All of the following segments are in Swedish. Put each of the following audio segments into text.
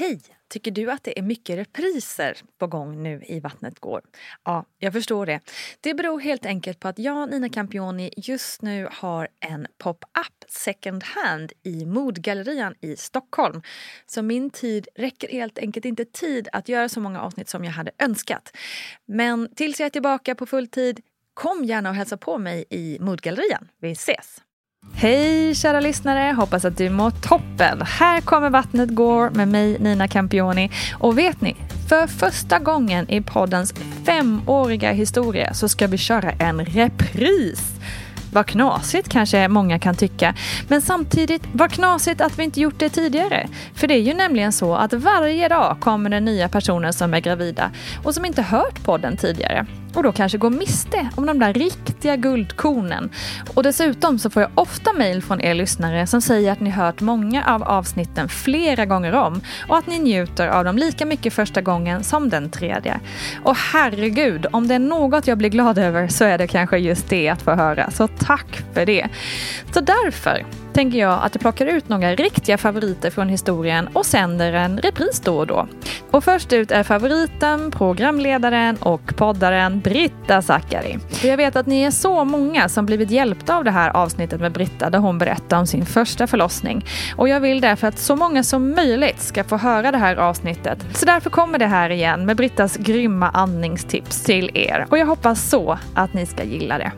Hej! Tycker du att det är mycket repriser på gång nu i Vattnet går? Ja, jag förstår det. Det beror helt enkelt på att jag, Nina Campioni, just nu har en pop-up second hand i Modgallerian i Stockholm. Så min tid räcker helt enkelt inte tid att göra så många avsnitt som jag hade önskat. Men tills jag är tillbaka på full tid, kom gärna och hälsa på mig i Modgallerian. Vi ses! Hej kära lyssnare, hoppas att du mår toppen. Här kommer Vattnet går med mig Nina Campioni. Och vet ni, för första gången i poddens 5-åriga historia så ska vi köra en repris. Vad knasigt kanske många kan tycka. Men samtidigt, vad knasigt att vi inte gjort det tidigare. För det är ju nämligen så att varje dag kommer det nya personer som är gravida och som inte hört podden tidigare. Och då kanske går miste om de där riktiga guldkornen. Och dessutom så får jag ofta mejl från er lyssnare som säger att ni hört många av avsnitten flera gånger om. Och att ni njuter av dem lika mycket första gången som den tredje. Och herregud, om det är något jag blir glad över så är det kanske just det att få höra. Så tack för det. Så därför tänker jag att jag plockar ut några riktiga favoriter från historien och sänder en repris då och då. Och först ut är favoriten, programledaren och poddaren Britta Zackari. För jag vet att ni är så många som blivit hjälpta av det här avsnittet med Britta där hon berättar om sin första förlossning. Och jag vill därför att så många som möjligt ska få höra det här avsnittet. Så därför kommer det här igen med Brittas grymma andningstips till er. Och jag hoppas så att ni ska gilla det.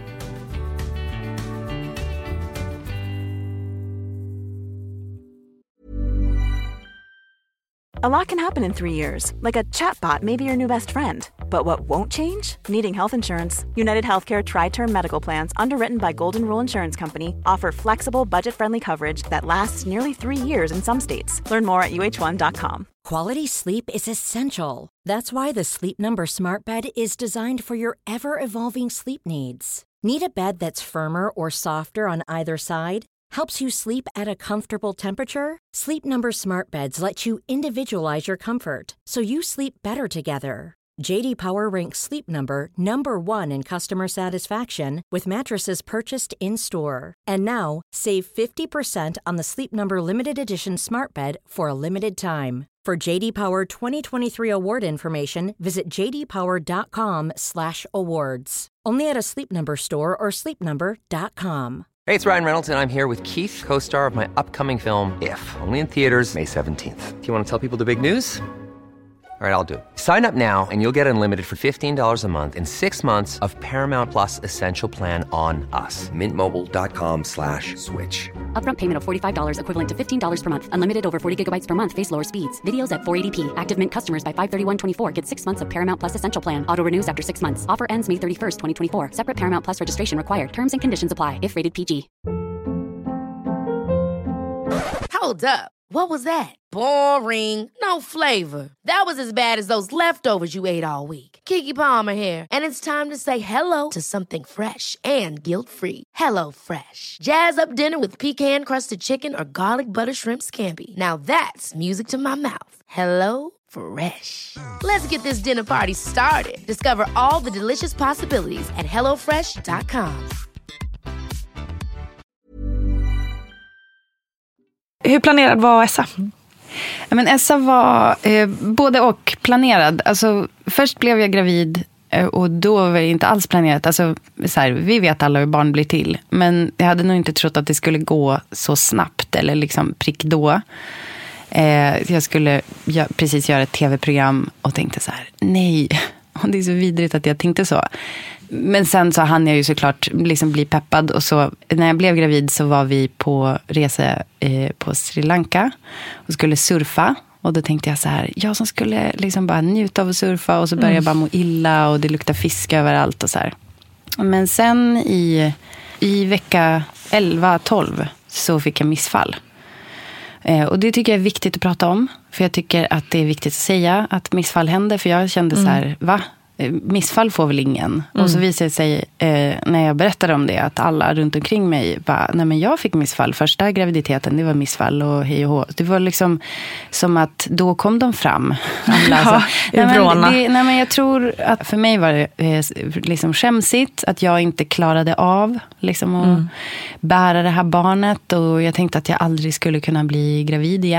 A lot can happen in 3 years, like a chatbot may be your new best friend. But what won't change? Needing health insurance. United Healthcare Tri-Term Medical Plans, underwritten by Golden Rule Insurance Company, offer flexible, budget-friendly coverage that lasts nearly 3 years in some states. Learn more at uh1.com. Quality sleep is essential. That's why the Sleep Number Smart Bed is designed for your ever-evolving sleep needs. Need a bed that's firmer or softer on either side? Helps you sleep at a comfortable temperature? Sleep Number Smart Beds let you individualize your comfort, so you sleep better together. JD Power ranks Sleep Number #1 in customer satisfaction with mattresses purchased in-store. And now, save 50% on the Sleep Number Limited Edition Smart Bed for a limited time. For JD Power 2023 award information, visit jdpower.com/awards. Only at a Sleep Number store or sleepnumber.com. Hey, it's Ryan Reynolds, and I'm here with Keith, co-star of my upcoming film, If, only in theaters May 17th. Do you want to tell people the big news? All right, I'll do it. Sign up now and you'll get unlimited for $15 a month and 6 months of Paramount Plus Essential Plan on us. Mintmobile.com/switch. Upfront payment of $45 equivalent to $15 per month. Unlimited over 40 gigabytes per month. Face lower speeds. Videos at 480p. Active Mint customers by 531.24 get 6 months of Paramount Plus Essential Plan. Auto renews after 6 months. Offer ends May 31st, 2024. Separate Paramount Plus registration required. Terms and conditions apply if rated PG. Hold up. What was that? Boring. No flavor. That was as bad as those leftovers you ate all week. Keke Palmer here, and it's time to say hello to something fresh and guilt-free. Hello Fresh. Jazz up dinner with pecan-crusted chicken or garlic butter shrimp scampi. Now that's music to my mouth. Hello Fresh. Let's get this dinner party started. Discover all the delicious possibilities at hellofresh.com. Hur planerad var Essa? Men Essa var både och planerad. Alltså, först blev jag gravid och då var det inte alls planerat. Alltså, så här, vi vet alla hur barn blir till. Men jag hade nog inte trott att det skulle gå så snabbt eller liksom prick då. Jag skulle precis göra ett tv-program och tänkte så här, nej. Och det är så vidrigt att jag tänkte så. Men sen så hann jag ju såklart liksom bli peppad. Och så när jag blev gravid så var vi på resa på Sri Lanka och skulle surfa. Och då tänkte jag så här, jag som skulle liksom bara njuta av att surfa. Och så började jag bara må illa och det luktar fisk överallt och så här. Men sen i vecka 11-12 så fick jag missfall. Och det tycker jag är viktigt att prata om. För jag tycker att det är viktigt att säga att missfall händer. För jag kände så här, va? Missfall får väl ingen. Och så visade det sig när jag berättade om det att alla runt omkring mig bara, nej men jag fick missfall. Första graviditeten, det var missfall och hej och hå. Det var liksom som att då kom de fram. Alla, alltså. Nej men jag tror att för mig var det liksom skämsigt att jag inte klarade av liksom att bära det här barnet. Och jag tänkte att jag aldrig skulle kunna bli gravid igen.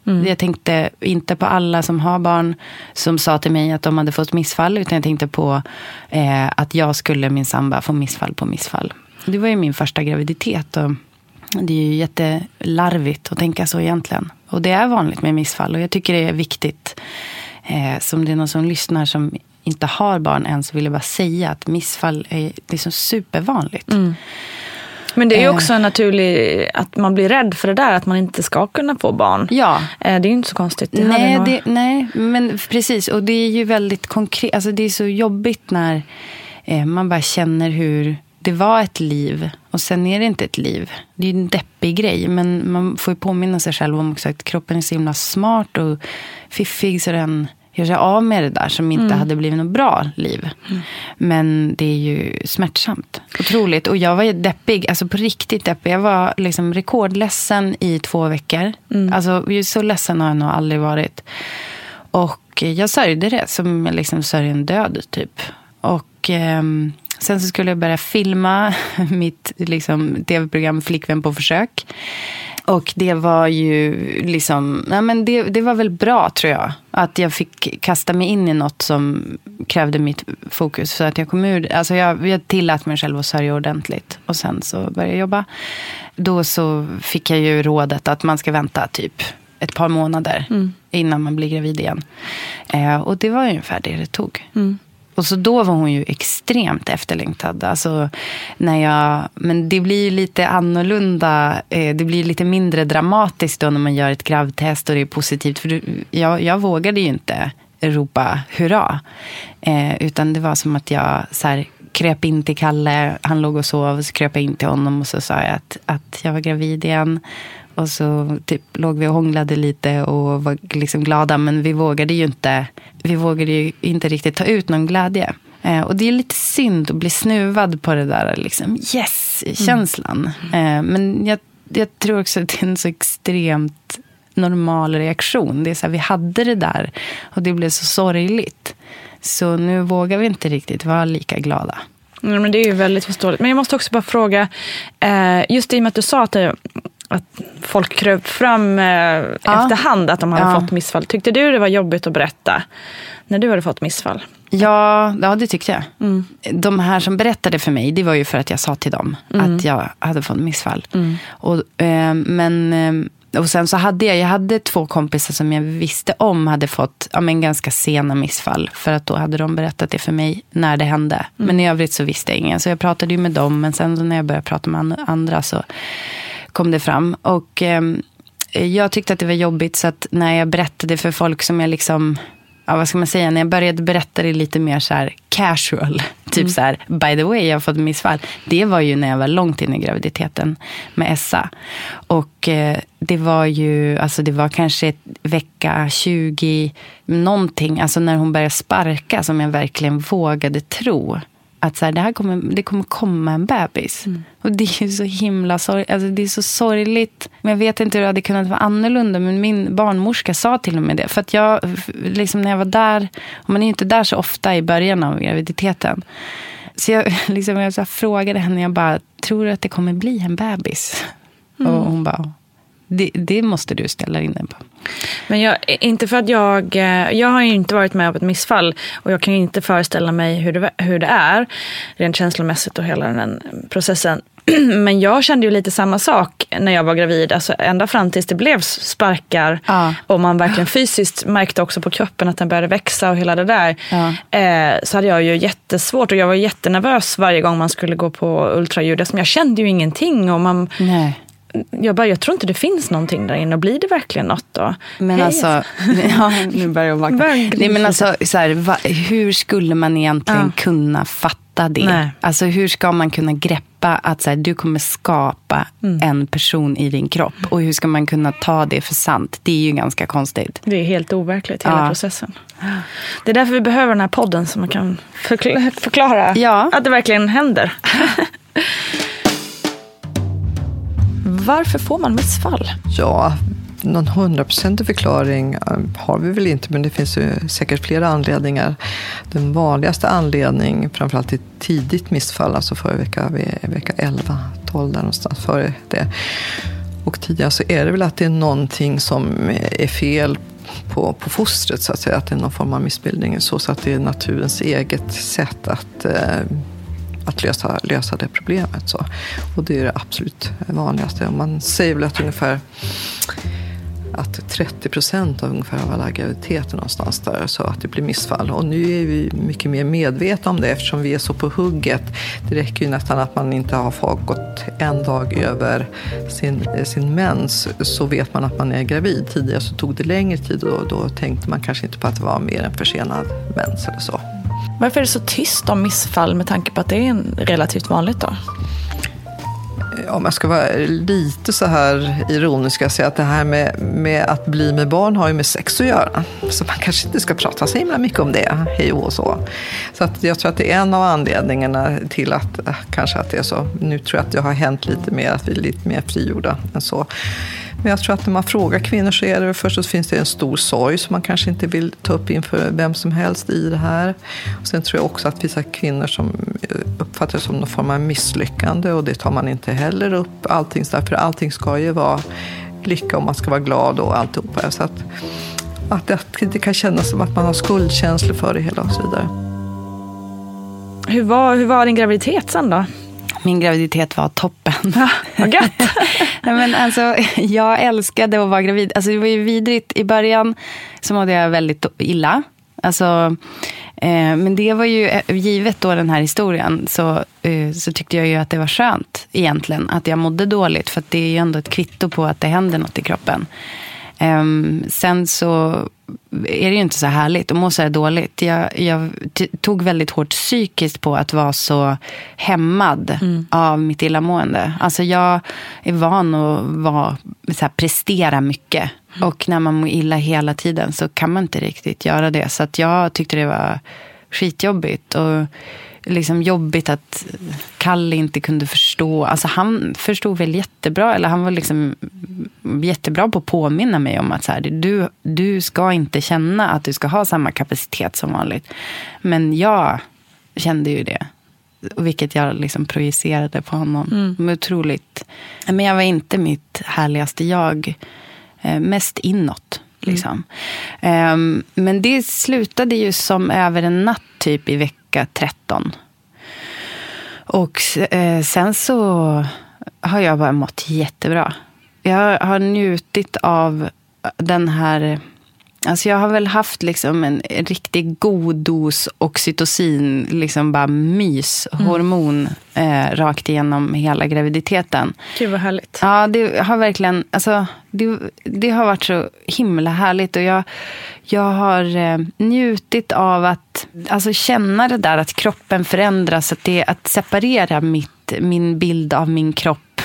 Jag tänkte inte på alla som har barn som sa till mig att de hade fått missfall, utan jag tänkte på att jag skulle min samba få missfall på missfall. Det var ju min första graviditet och det är ju jättelarvigt att tänka så egentligen. Och det är vanligt med missfall och jag tycker det är viktigt, som det är någon som lyssnar som inte har barn än, så vill jag bara säga att missfall är liksom supervanligt. Men det är ju också naturligt att man blir rädd för det där, att man inte ska kunna få barn. Ja. Det är ju inte så konstigt. Nej, men precis. Och det är ju väldigt konkret. Alltså det är så jobbigt när man bara känner hur det var ett liv och sen är det inte ett liv. Det är ju en deppig grej, men man får ju påminna sig själv om också att kroppen är så himla smart och fiffig, så den gör sig av med det där som inte hade blivit något bra liv. Men det är ju smärtsamt. Otroligt. Och jag var ju deppig, alltså på riktigt deppig. Jag var liksom rekordledsen i 2 veckor. Alltså så ledsen har jag nog aldrig varit. Och jag sörjde det som jag liksom sörjer en död typ. Och sen så skulle jag börja filma mitt liksom tv-program Flickvän på försök. Och det var ju liksom, nej men det var väl bra tror jag. Att jag fick kasta mig in i något som krävde mitt fokus. Så att jag kom ur, alltså jag tillät mig själv att sörja ordentligt. Och sen så började jag jobba. Då så fick jag ju rådet att man ska vänta typ ett par månader innan man blir gravid igen. Och det var ungefär det tog. Och så då var hon ju extremt efterlängtad. Alltså, men det blir ju lite annorlunda. Det blir lite mindre dramatiskt då när man gör ett gravtest och det är positivt. För jag vågade ju inte ropa hurra. Utan det var som att jag så här, kröp in till Kalle. Han låg och sov och så kröp jag in till honom och så sa jag att jag var gravid igen. Och så typ låg vi och hånglade lite och var liksom glada. Men vi vågade ju inte riktigt ta ut någon glädje. Och det är lite synd att bli snuvad på det där liksom yes-känslan. Men jag tror också att det är en så extremt normal reaktion. Det är så här, vi hade det där och det blev så sorgligt. Så nu vågar vi inte riktigt vara lika glada. Men det är ju väldigt förståeligt. Men jag måste också bara fråga, just i och med att du sa att folk kröp fram efterhand att de hade fått missfall. Tyckte du det var jobbigt att berätta när du hade fått missfall? Ja, det tyckte jag. De här som berättade för mig, det var ju för att jag sa till dem att jag hade fått missfall. Och sen så hade jag 2 kompisar som jag visste om hade fått ganska sena missfall. För att då hade de berättat det för mig när det hände. Men i övrigt så visste jag ingen. Så jag pratade ju med dem, men sen när jag började prata med andra så kom det fram. Och jag tyckte att det var jobbigt, så att när jag berättade för folk som jag liksom, vad ska man säga, när jag började berätta det lite mer så här casual, typ så här, by the way, jag har fått missfall. Det var ju när jag var långt in i graviditeten med Essa. Och det var ju, alltså det var kanske vecka 20 någonting, alltså när hon började sparka, som jag verkligen vågade tro att så här, det kommer komma en bebis. Och det är ju så himla sorgligt. Alltså det är så sorgligt. Men jag vet inte hur det hade kunnat vara annorlunda. Men min barnmorska sa till och med det. För att jag, liksom när jag var där, och man är ju inte där så ofta i början av graviditeten. Så jag frågade henne, jag bara, tror du att det kommer bli en bebis? Och hon bara, det måste du ställa in den på. Men inte för att jag har ju inte varit med om ett missfall, och jag kan ju inte föreställa mig hur det är rent känslomässigt och hela den processen. Men jag kände ju lite samma sak när jag var gravid, alltså ända fram tills det blev sparkar och man verkligen fysiskt märkte också på kroppen att den började växa och hela det där. Så hade jag ju jättesvårt, och jag var jättenervös varje gång man skulle gå på ultraljud. Jag kände ju ingenting, och man... Nej. Jag tror inte det finns någonting där inne. Och blir det verkligen något då? Men alltså, nu börjar jag vakna. Nej, men alltså, så här, hur skulle man egentligen kunna fatta det? Nej. Alltså hur ska man kunna greppa att så här, du kommer skapa en person i din kropp? Och hur ska man kunna ta det för sant? Det är ju ganska konstigt. Det är helt overkligt, hela processen. Det är därför vi behöver den här podden, så man kan förklara att det verkligen händer. Varför får man missfall? Ja, någon 100% förklaring har vi väl inte, men det finns ju säkert flera anledningar. Den vanligaste anledningen, framförallt till tidigt missfall, alltså före vecka 11, 12 där någonstans före det. Och tidigare så är det väl att det är någonting som är fel på fostret så att säga, att det är någon form av missbildning så att det är naturens eget sätt att lösa det problemet. Så. Och det är det absolut vanligaste. Man säger väl att ungefär att 30% av ungefär av alla graviditeter någonstans där så att det blir missfall. Och nu är vi mycket mer medvetna om det eftersom vi är så på hugget. Det räcker ju nästan att man inte har gått en dag över sin mens så vet man att man är gravid. Tidigare så tog det längre tid och då tänkte man kanske inte på att det var mer en försenad mens eller så. Varför är det så tyst om missfall med tanke på att det är relativt vanligt då? Om jag ska vara lite så här ironisk ska jag säga att det här med att bli med barn har ju med sex att göra. Så man kanske inte ska prata så himla mycket om det, hej och så. Så att jag tror att det är en av anledningarna till att kanske att det är så. Nu tror jag att det har hänt lite mer, att vi är lite mer frigjorda än så. Men jag tror att när man frågar kvinnor så är det först så finns det en stor sorg som man kanske inte vill ta upp inför vem som helst i det här. Och sen tror jag också att vissa kvinnor som uppfattar det som någon form av misslyckande och det tar man inte heller upp allting så där, för allting ska ju vara lycka och man ska vara glad och alltihopa. Så att det kan kännas som att man har skuldkänslor för det hela och så vidare. Hur var din graviditet sen då? Min graviditet var toppen. Ja, vad gött. Nej, men alltså, jag älskade att vara gravid. Alltså, det var ju vidrigt. I början så mådde jag väldigt illa. Alltså, men det var ju givet då den här historien så tyckte jag ju att det var skönt egentligen att jag mådde dåligt. För att det är ju ändå ett kvitto på att det händer något i kroppen. Sen så är det ju inte så härligt att må så här dåligt. Jag tog väldigt hårt psykiskt på att vara så hämmad av mitt illamående. Alltså jag är van att så här, prestera mycket. Och när man mår illa hela tiden så kan man inte riktigt göra det. Så att jag tyckte det var skitjobbigt och liksom jobbigt att Kalle inte kunde förstå. Alltså han förstod väl jättebra, eller han var liksom jättebra på att påminna mig om att så här, du ska inte känna att du ska ha samma kapacitet som vanligt. Men jag kände ju det. Vilket jag liksom projicerade på honom. Otroligt. Men jag var inte mitt härligaste jag. Mest inåt. Liksom. Men det slutade ju som över en natt typ i vecka 13. Och sen så har jag bara mått jättebra. Jag har njutit av den här... Alltså jag har väl haft liksom en riktigt god dos oxytocin, liksom bara myshormon rakt igenom hela graviditeten. Gud vad härligt. Ja, det har verkligen, alltså det har varit så himla härligt och jag har njutit av att alltså känna det där att kroppen förändras, att separera min bild av min kropp.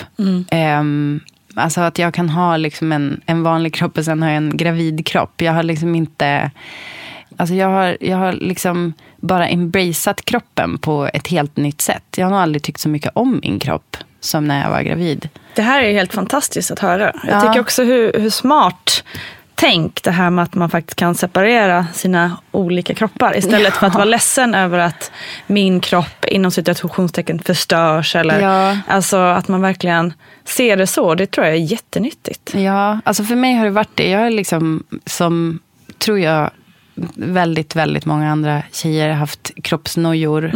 Alltså att jag kan ha liksom en vanlig kropp och sen har jag en gravid kropp. Jag har liksom inte... Alltså jag har liksom bara embraceat kroppen på ett helt nytt sätt. Jag har nog aldrig tyckt så mycket om min kropp som när jag var gravid. Det här är helt fantastiskt att höra. Jag tycker också hur smart tänk det här med att man faktiskt kan separera sina olika kroppar istället för att vara ledsen över att min kropp inom situationstecken förstörs eller alltså att man verkligen ser det så. Det tror jag är jättenyttigt. Ja, alltså för mig har det varit det. Jag är liksom som tror jag väldigt, väldigt många andra tjejer har haft kroppsnojor.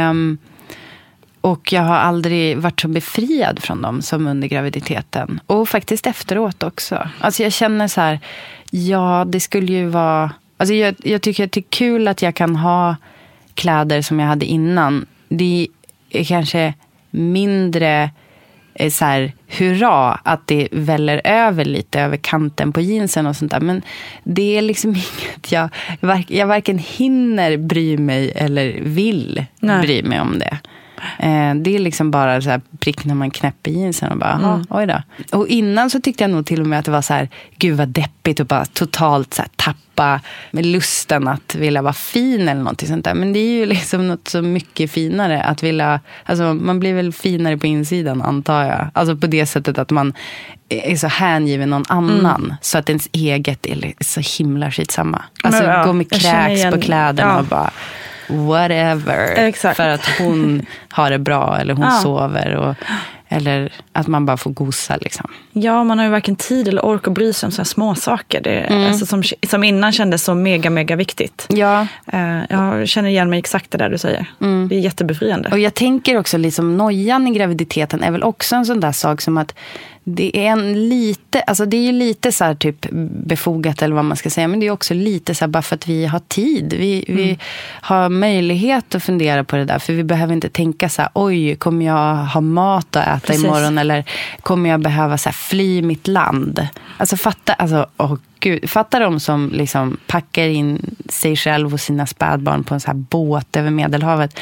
Och jag har aldrig varit så befriad från dem som under graviditeten. Och faktiskt efteråt också. Alltså jag känner så här, ja det skulle ju vara... Alltså jag tycker att det är kul att jag kan ha kläder som jag hade innan. Det är kanske mindre så här, hurra att det väller över lite över kanten på jeansen och sånt där. Men det är liksom inget jag varken hinner bry mig eller vill bry mig om det. Det är liksom bara så här prick när man knäpper jeansen och bara, oj då. Och innan så tyckte jag nog till och med att det var så här, gud vad deppigt och bara totalt så här tappa med lusten att vilja vara fin eller något sånt där. Men det är ju liksom något så mycket finare att vilja, alltså man blir väl finare på insidan antar jag. Alltså på det sättet att man är så hängiven någon annan så att ens eget är så himla skitsamma. Alltså gå med kräks på kläderna och bara whatever. Exakt. För att hon har det bra eller hon sover. Och, Eller att man bara får gosa liksom. Ja, man har ju varken tid eller ork att bry sig om så här små saker. Det, alltså, som innan kändes så mega viktigt. Ja. Jag känner igen mig exakt det där du säger. Det är jättebefriande. Och jag tänker också liksom nojan i graviditeten är väl också en sån där sak som att det är det är ju lite så här typ befogat eller vad man ska säga, men det är också lite så här bara för att vi har tid. Vi har möjlighet att fundera på det där, för vi behöver inte tänka så här, oj, kommer jag ha mat att äta imorgon, eller kommer jag behöva så här fly mitt land? Alltså fatta de som liksom packar in sig själv och sina spädbarn på en så här båt över Medelhavet.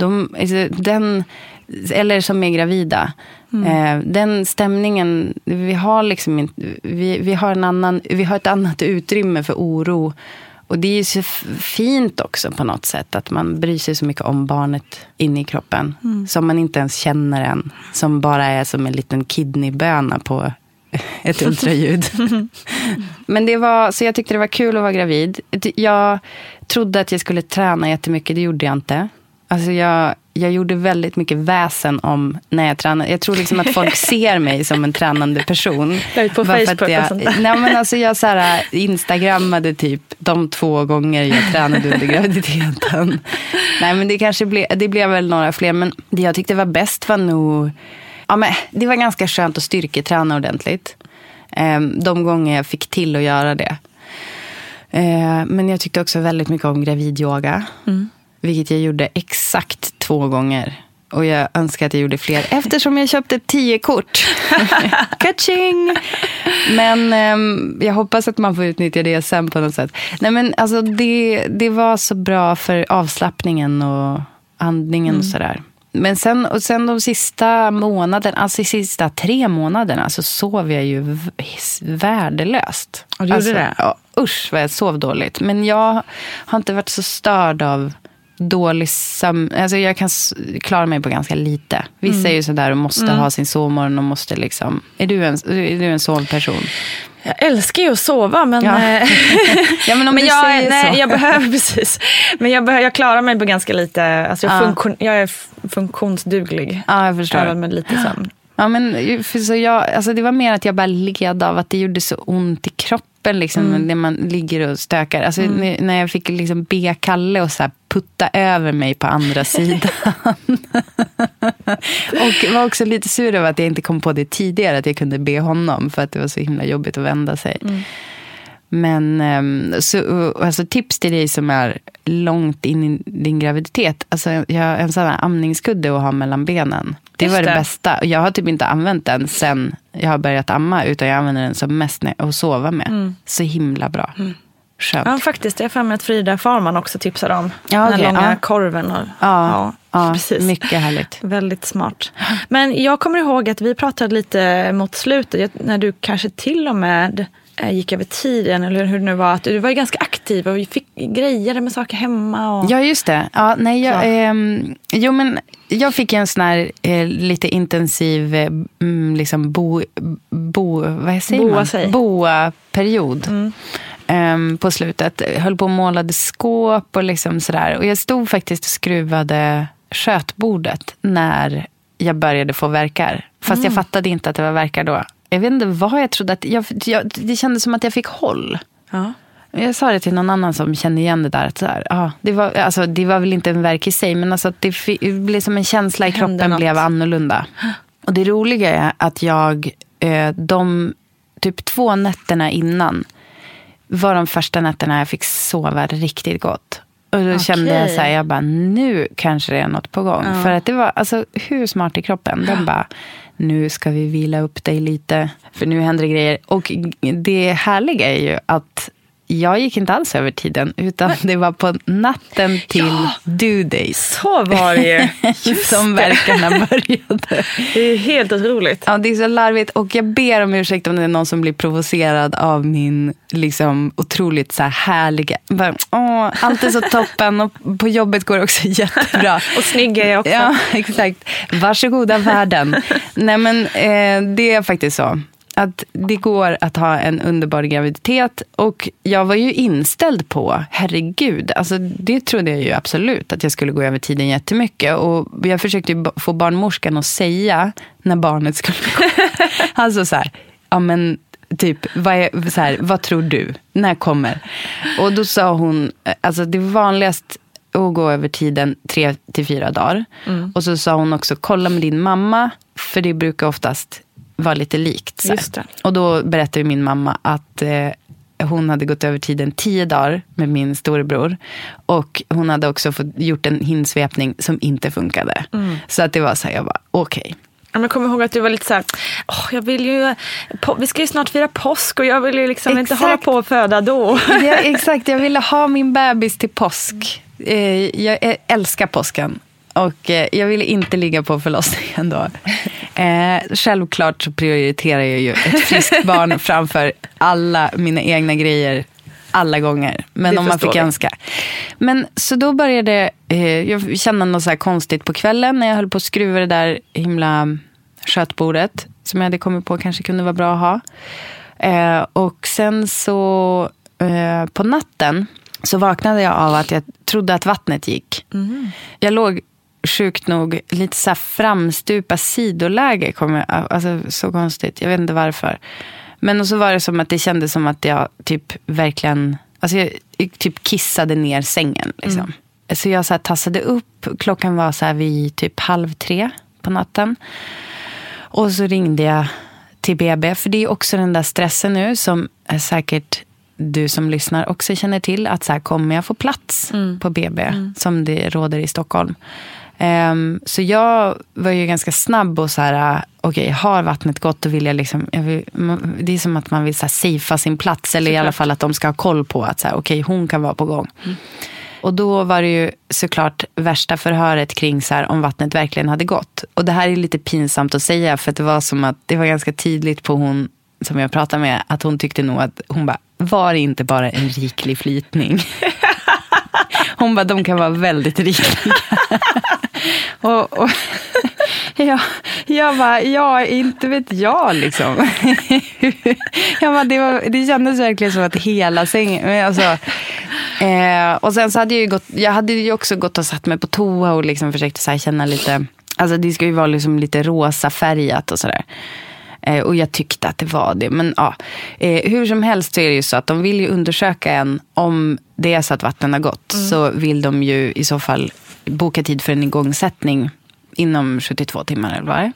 Eller som är gravida. Den stämningen, vi har liksom inte, vi har ett annat utrymme för oro. Och det är ju så fint också på något sätt att man bryr sig så mycket om barnet inne i kroppen som man inte ens känner än, som bara är som en liten kidneyböna på ett ultraljud. Men så jag tyckte det var kul att vara gravid. Jag trodde att jag skulle träna jättemycket, det gjorde jag inte. Alltså jag gjorde väldigt mycket väsen om när jag tränade. Jag tror liksom att folk ser mig som en tränande person. På Facebook och sånt där. Nej, men alltså jag så här instagrammade typ de 2 gånger jag tränade under graviditeten. Nej, men det blev väl några fler. Men det jag tyckte var bäst var nog... Ja, men det var ganska skönt att styrketräna ordentligt. De gånger jag fick till att göra det. Men jag tyckte också väldigt mycket om gravidyoga. Vilket jag gjorde exakt 2 gånger. Och jag önskar att jag gjorde fler. Eftersom jag köpte 10 kort. Kaching! Men jag hoppas att man får utnyttja det sen på något sätt. Nej, men alltså det var så bra för avslappningen och andningen och sådär. Men sen de sista månaderna, alltså de sista 3 månaderna, så sov jag ju värdelöst. Och du gjorde det? Ja, usch vad jag sov dåligt. Men jag har inte varit så störd av dålig sömn. Alltså jag kan klara mig på ganska lite. Vissa är ju sådär och måste ha sin sovmorgon och måste liksom... Är du en sovperson? Jag älskar ju att sova, men... Ja. Ja, men om men du säger så. Jag behöver precis. Men jag klarar mig på ganska lite... Alltså jag är funktionsduglig. Ja, jag förstår. Även med lite sömn. Ja, men så alltså det var mer att jag bara led av att det gjorde så ont i kroppen liksom, när man ligger och stökar. Alltså när jag fick liksom be Kalle och så här putta över mig på andra sidan. Och var också lite sur över att jag inte kom på det tidigare, att jag kunde be honom, för att det var så himla jobbigt att vända sig. Men alltså tips till dig som är långt in i din graviditet. Alltså en sån här amningskudde att ha mellan benen. Det var det bästa. Jag har typ inte använt den sen jag har börjat amma, utan jag använder den som mest att sova med. Så himla bra. Skönt. Ja, faktiskt. Jag har för mig att Frida Farman också tipsar om den här långa korven. Och, ja, precis. Mycket härligt. Väldigt smart. Men jag kommer ihåg att vi pratade lite mot slutet, när du kanske till och med gick över tiden, eller hur det nu var, att du var ju ganska aktiv och vi fick grejer med saker hemma. Och... Ja, just det. Ja, nej, men jag fick en sån här lite intensiv liksom boa-period. På slutet. Höll på att målade skåp och liksom sådär. Och jag stod faktiskt och skruvade skötbordet när jag började få värkar. Fast jag fattade inte att det var värkar då. Jag vet inte vad jag trodde att... det kändes som att jag fick håll. Ja. Jag sa det till någon annan som kände igen det där. Att så här, det var väl inte en värk i sig, men alltså att det blev som en känsla i kroppen blev annorlunda. Och det roliga är att jag de typ 2 nätterna innan var de första nätterna jag fick sova riktigt gott. Och då kände jag så här, jag bara, nu kanske det är något på gång. För att det var alltså hur smart i kroppen. Den bara, nu ska vi vila upp dig lite, för nu händer det grejer. Och det härliga är ju att jag gick inte alls över tiden, utan det var på natten till due date. Så var det ju. Som verkarna började. Det är helt otroligt. Ja, det är så larvigt. Och jag ber om ursäkt om det är någon som blir provocerad av min liksom otroligt så här härliga... allt är så toppen och på jobbet går det också jättebra. Och snygg är jag också. Ja, exakt. Varsågoda världen. Nej, men det är faktiskt så. att det går att ha en underbar graviditet. Och jag var ju inställd på, herregud, alltså det trodde jag ju absolut att jag skulle gå över tiden jättemycket. Och jag försökte ju få barnmorskan att säga när barnet skulle gå. Alltså så här, ja men typ, vad tror du? När kommer? Och då sa hon, alltså det vanligast att gå över tiden 3 till 4 dagar. Och så sa hon också, kolla med din mamma, för det brukar oftast vara lite likt. Just det. Och då berättade min mamma att hon hade gått över tiden 10 dagar med min storebror. Och hon hade också gjort en hinsvepning som inte funkade. Så att det var så här, jag bara, okej. Ja, men kom ihåg att du var lite så här, jag vill ju, vi ska ju snart fira påsk och jag vill ju liksom inte hålla på att föda då. Ja, exakt, jag ville ha min bebis till påsk. Jag älskar påsken. Och jag ville inte ligga på förlossningen då. Självklart så prioriterar jag ju ett friskt barn framför alla mina egna grejer alla gånger. Men om man fick önska. Men så då började jag känna något så här konstigt på kvällen när jag höll på att skruva det där himla skötbordet som jag hade kommit på kanske kunde vara bra att ha. Och sen så på natten så vaknade jag av att jag trodde att vattnet gick. Jag låg sjukt nog lite så här framstupa sidoläge, alltså så konstigt, jag vet inte varför. Men så var det som att det kändes som att jag typ verkligen, alltså jag typ kissade ner sängen liksom. Så jag så här tassade upp, klockan var så här vid typ 2:30 på natten. Och så ringde jag till BB, för det är också den där stressen nu som är säkert du som lyssnar också känner till, att så här, kommer jag få plats på BB som det råder i Stockholm. Så jag var ju ganska snabb och så här, okej, har vattnet gått, då vill jag liksom, det är som att man vill så här safea sin plats, eller i alla fall att de ska ha koll på att så här, okej, hon kan vara på gång. Och då var det ju såklart värsta förhöret kring så här, om vattnet verkligen hade gått. Och det här är lite pinsamt att säga, för att det var som att det var ganska tydligt på hon som jag pratade med, att hon tyckte nog att hon bara, var det inte bara en riklig flytning? Hon bara, de kan vara väldigt rikliga. och jag bara, ja, inte vet jag liksom. Jag bara, det kändes verkligen som att hela sängen, alltså, och sen så hade jag hade ju också gått och satt mig på toa och liksom försökte så här känna lite, alltså det ska ju vara liksom lite rosa färgat och sådär. Och jag tyckte att det var det. Men ja, hur som helst så är det ju så att de vill ju undersöka en, om det är så att vatten har gått, så vill de ju i så fall boka tid för en igångsättning inom 72 timmar eller vad.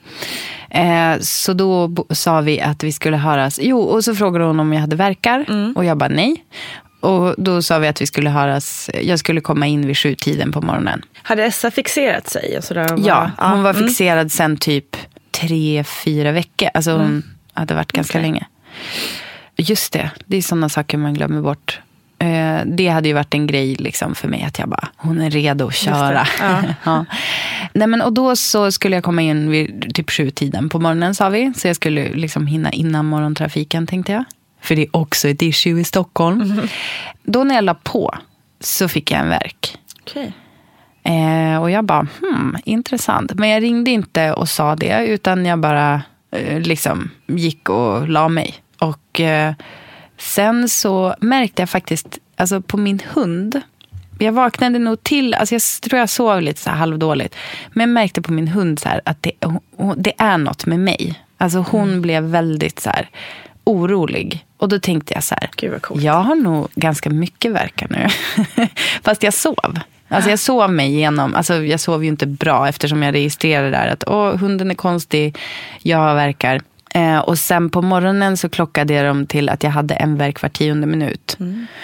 Så då sa vi att vi skulle höras. Jo, och så frågade hon om jag hade verkar. Och jag bara nej. Och då sa vi att vi skulle höras, jag skulle komma in vid 7-tiden på morgonen. Hade Essa fixerat sig? Och sådär, och ja, hon var fixerad sen typ 3-4 veckor. Alltså hon hade varit ganska länge. Just det, det är sådana saker man glömmer bort. Det hade ju varit en grej liksom för mig, att jag bara, hon är redo att köra. Ja. Nej, men, och då så skulle jag komma in vid typ 7-tiden på morgonen, sa vi. Så jag skulle liksom hinna innan morgontrafiken, tänkte jag. För det är också ett issue i Stockholm. Då när jag la på så fick jag en värk. Okej. Och jag bara, intressant. Men jag ringde inte och sa det, utan jag bara liksom gick och la mig. Och sen så märkte jag faktiskt, alltså på min hund, jag vaknade nog till, alltså jag tror jag sov lite så här halvdåligt, men jag märkte på min hund så här att det är något med mig. Alltså hon blev väldigt så här orolig. Och då tänkte jag så här, gud vad coolt. Jag har nog ganska mycket verkar nu. Fast jag sov. Alltså jag sov mig igenom, alltså jag sov ju inte bra eftersom jag registrerade där att hunden är konstig, jag verkar. Och sen på morgonen så klockade jag dem till att jag hade en verk var 10:e minut.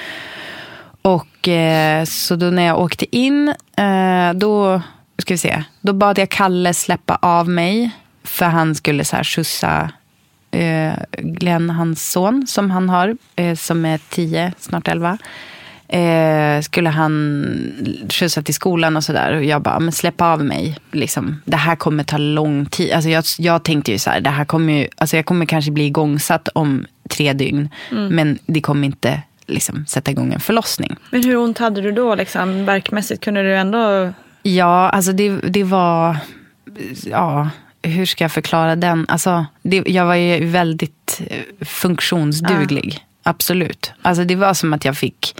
Och så då när jag åkte in, då ska vi se, då bad jag Kalle släppa av mig, för han skulle så här skjutsa Glenn, hans son som han har, som är 10, snart 11. Skulle han skjutsa till skolan och sådär. Och jag bara, men släpp av mig liksom. Det här kommer ta lång tid. Alltså jag tänkte ju så här, det här kommer ju, alltså jag kommer kanske bli igångsatt om 3 dygn. Men det kommer inte liksom sätta igång en förlossning. Men hur ont hade du då liksom? Verkmässigt kunde du ändå... Ja, alltså det var... Ja, hur ska jag förklara den? Alltså, jag var ju väldigt funktionsduglig. Absolut. Alltså det var som att jag fick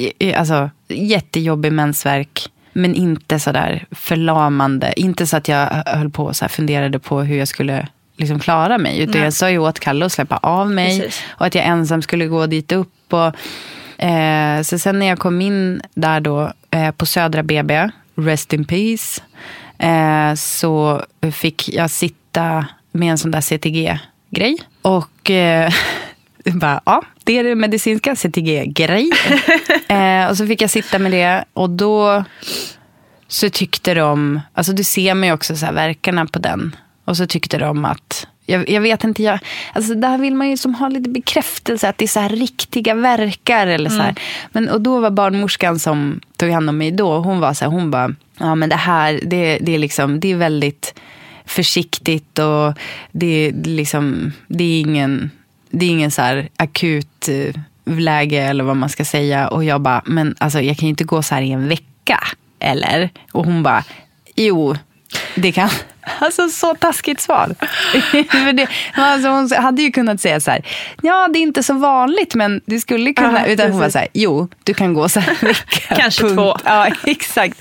jättejobbig mensvärk, men inte så där förlamande. Inte så att jag höll på och så här funderade på hur jag skulle liksom klara mig. Utan jag sa ju åt Kalle att släppa av mig. Precis. Och att jag ensam skulle gå dit upp. Och, så sen när jag kom in där då på Södra BB, rest in peace, så fick jag sitta med en sån där CTG-grej. Och bara, ja, det är det medicinska CTG-grej. Och så fick jag sitta med det. Och då så tyckte de, alltså du ser mig också så här verkarna på den. Och så tyckte de att, jag vet inte, alltså där vill man ju som ha lite bekräftelse att det är så här riktiga verkar eller så här. Men, och då var barnmorskan som tog hand om mig då, hon var så här, hon bara, ja men det här, det är liksom, det är väldigt försiktigt och det är liksom, det är ingen så här akut läge eller vad man ska säga. Och jag bara, men alltså jag kan ju inte gå så här i en vecka, eller? Och hon bara, jo, det kan. Alltså så taskigt svar. Alltså, hon hade ju kunnat säga så här, ja det är inte så vanligt men du skulle kunna, utan hon var så här, jo du kan gå så här vecka. Kanske punkt. 2. Ja, exakt.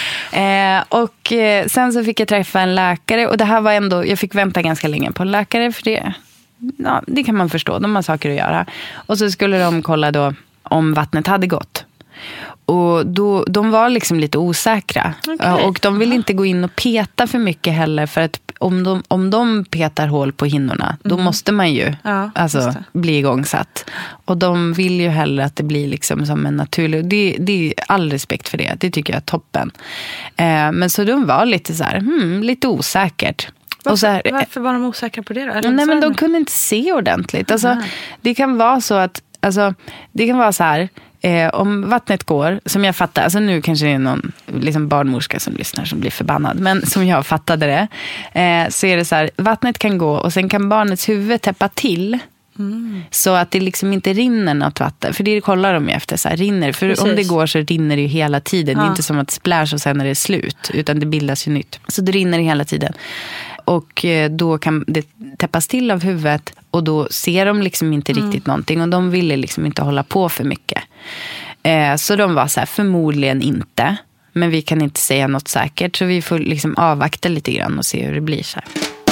Och sen så fick jag träffa en läkare och det här var ändå, jag fick vänta ganska länge på en läkare för det. Ja, det kan man förstå, de har saker att göra. Och så skulle de kolla då om vattnet hade gått. Och då, de var liksom lite osäkra. Okay. Och de vill inte gå in och peta för mycket heller. För att om de petar hål på hinnorna, då måste man ju bli igångsatt. Och de vill ju hellre att det blir liksom som en naturlig. Det är all respekt för det. Det tycker jag är toppen. Men så de var lite så här, lite osäkert. Varför var de osäkra på det då? Eller nej, men de kunde inte se ordentligt. Alltså, det kan vara så att, alltså, det kan vara så här, om vattnet går, som jag fattar, alltså nu kanske det är någon liksom barnmorska som lyssnar som blir förbannad, men som jag fattade det, så är det så här, vattnet kan gå och sen kan barnets huvud täppa till. Så att det liksom inte rinner något vatten. För det kollar de ju efter så här, rinner. För precis. Om det går så rinner det ju hela tiden. Det är inte som att splash och sen är det slut. Utan det bildas ju nytt. Så det rinner hela tiden. Och då kan det täppas till av huvudet. Och då ser de liksom inte riktigt någonting. Och de ville liksom inte hålla på för mycket. Så de var så här, förmodligen inte. Men vi kan inte säga något säkert. Så vi får liksom avvakta lite grann och se hur det blir så här.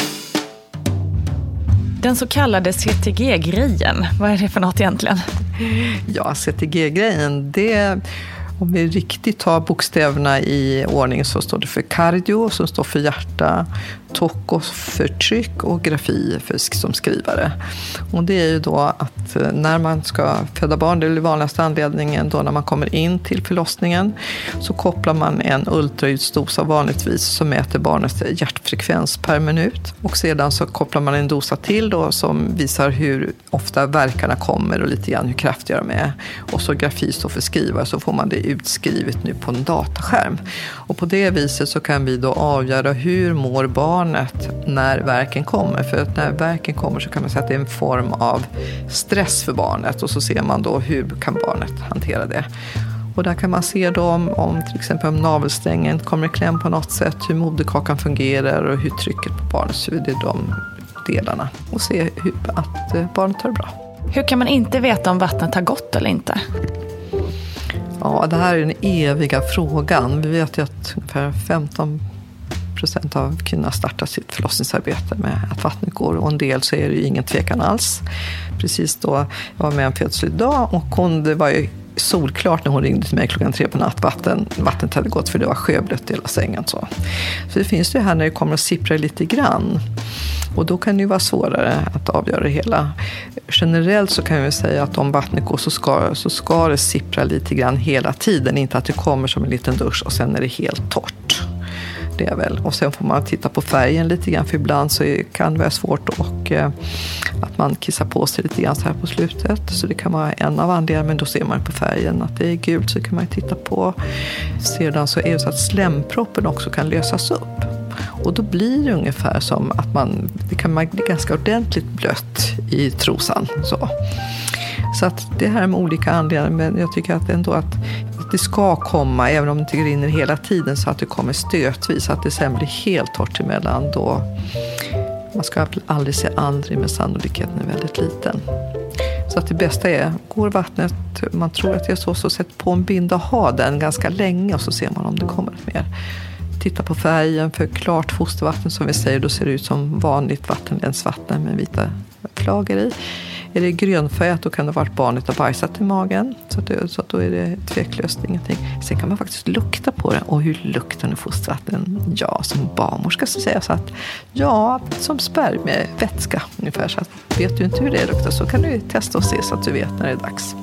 Den så kallade CTG-grejen, vad är det för något egentligen? Ja, CTG-grejen, det, om vi riktigt tar bokstäverna i ordning så står det för cardio, som står för hjärta, TOC för tryck och grafi för som skrivare. Och det är ju då att när man ska föda barn, det är den vanligaste anledningen då när man kommer in till förlossningen, så kopplar man en ultraljudsdosa vanligtvis som mäter barnets hjärtfrekvens per minut. Och sedan så kopplar man en dosa till då som visar hur ofta verkarna kommer och lite grann hur kraftiga de är. Och så grafi står för skrivare, så får man det utskrivet nu på en dataskärm. Och på det viset så kan vi då avgöra hur mår barnet när verken kommer. För att när verken kommer så kan man säga att det är en form av stress för barnet. Och så ser man då hur kan barnet hantera det. Och där kan man se då om till exempel om navelsträngen kommer i kläm på något sätt. Hur moderkakan fungerar och hur trycket på barnets huvud är de delarna. Och se att barnet har det bra. Hur kan man inte veta om vattnet har gått eller inte? Ja, det här är den eviga frågan. Vi vet ju att ungefär 15% av kvinnor startar sitt förlossningsarbete med att vattnet går. Och en del så är det ju ingen tvekan alls. Precis då, jag var med en födsel idag och det var ju solklart när hon ringde till mig 3:00 på natt. Vattnet hade gått för det var sjöblött i hela sängen. Så det finns det här när det kommer att sippra lite grann. Och då kan det ju vara svårare att avgöra det hela. Generellt så kan vi säga att om vattnet går så ska det sippra lite grann hela tiden. Inte att det kommer som en liten dusch och sen är det helt torrt. Det är väl. Och sen får man titta på färgen lite grann. För ibland så kan det vara svårt och att man kissar på sig lite grann så här på slutet. Så det kan vara en av anledningarna. Men då ser man på färgen att det är gult, så kan man titta på. Sedan så är det så att slemproppen också kan lösas upp. Och då blir det ungefär som att det kan bli ganska ordentligt blött i trosan. Så att det här med olika anledningar, men jag tycker att ändå att det ska komma, även om det inte rinner hela tiden, så att det kommer stötvis, att det sen blir helt torrt emellan. Då Man ska aldrig säga aldrig, men sannolikheten är väldigt liten. Så att det bästa är, går vattnet, man tror att det är så sätt på en binda och ha den ganska länge och så ser man om det kommer mer. Titta på färgen, för klart fostervatten som vi säger, då ser det ut som vanligt vattenlänsvatten med vita flagor i. Är det grönfärgat, då kan det vara att barnet har bajsat i magen. Så då är det tveklöst ingenting. Sen kan man faktiskt lukta på det. Och hur luktar nu fostervatten? Ja, som barnmorska så säger jag så att ja, som spermievätska ungefär. Så att vet du inte hur det luktar så kan du testa och se så att du vet när det är dags.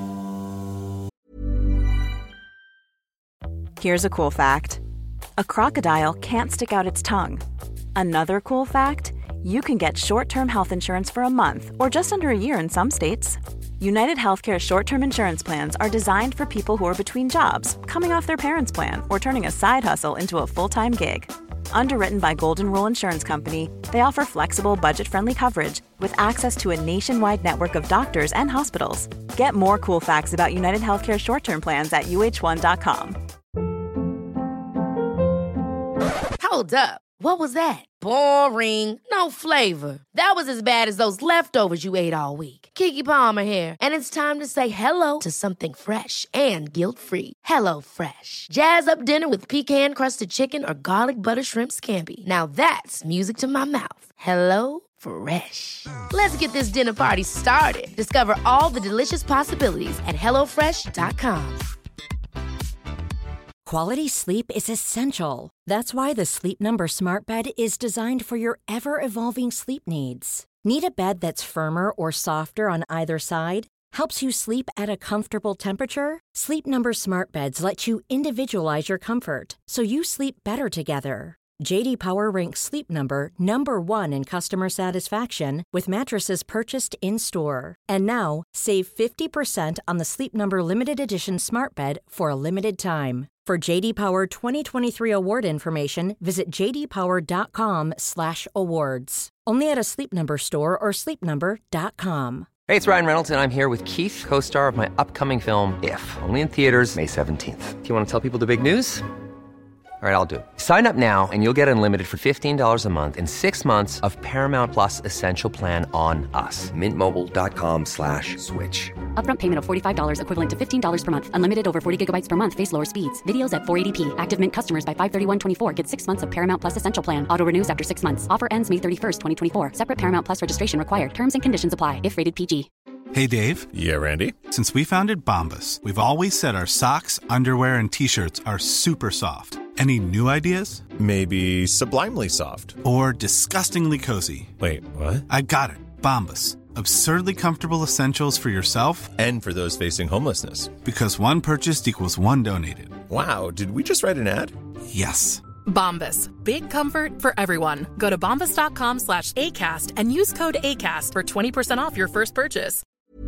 Here's a cool fact. A crocodile can't stick out its tongue. Another cool fact, you can get short-term health insurance for a month or just under a year in some states. United Healthcare short-term insurance plans are designed for people who are between jobs, coming off their parents' plan, or turning a side hustle into a full-time gig. Underwritten by Golden Rule Insurance Company, they offer flexible, budget-friendly coverage with access to a nationwide network of doctors and hospitals. Get more cool facts about United Healthcare short-term plans at uh1.com. Hold up. What was that? Boring. No flavor. That was as bad as those leftovers you ate all week. Keke Palmer here, and it's time to say hello to something fresh and guilt-free. Hello Fresh. Jazz up dinner with pecan-crusted chicken or garlic butter shrimp scampi. Now that's music to my mouth. Hello Fresh. Let's get this dinner party started. Discover all the delicious possibilities at hellofresh.com. Quality sleep is essential. That's why the Sleep Number Smart Bed is designed for your ever-evolving sleep needs. Need a bed that's firmer or softer on either side? Helps you sleep at a comfortable temperature? Sleep Number Smart Beds let you individualize your comfort, so you sleep better together. J.D. Power ranks Sleep Number #1 in customer satisfaction with mattresses purchased in-store. And now, save 50% on the Sleep Number Limited Edition Smart Bed for a limited time. For J.D. Power 2023 award information, visit jdpower.com/awards. Only at a Sleep Number store or sleepnumber.com. Hey, it's Ryan Reynolds, and I'm here with Keith, co-star of my upcoming film, If, only in theaters May 17th. Do you want to tell people the big news? All right, I'll do it. Sign up now and you'll get unlimited for $15 a month and 6 months of Paramount Plus Essential Plan on us. Mintmobile.com/switch. Upfront payment of $45 equivalent to $15 per month. Unlimited over 40 gigabytes per month. Face lower speeds. Videos at 480p. Active Mint customers by 531.24 get 6 months of Paramount Plus Essential Plan. Auto renews after 6 months. Offer ends May 31st, 2024. Separate Paramount Plus registration required. Terms and conditions apply if rated PG. Hey, Dave. Yeah, Randy. Since we founded Bombas, we've always said our socks, underwear, and T-shirts are super soft. Any new ideas? Maybe sublimely soft. Or disgustingly cozy. Wait, what? I got it. Bombas. Absurdly comfortable essentials for yourself and for those facing homelessness. Because one purchased equals one donated. Wow, did we just write an ad? Yes. Bombas. Big comfort for everyone. Go to bombas.com/ACAST and use code ACAST for 20% off your first purchase.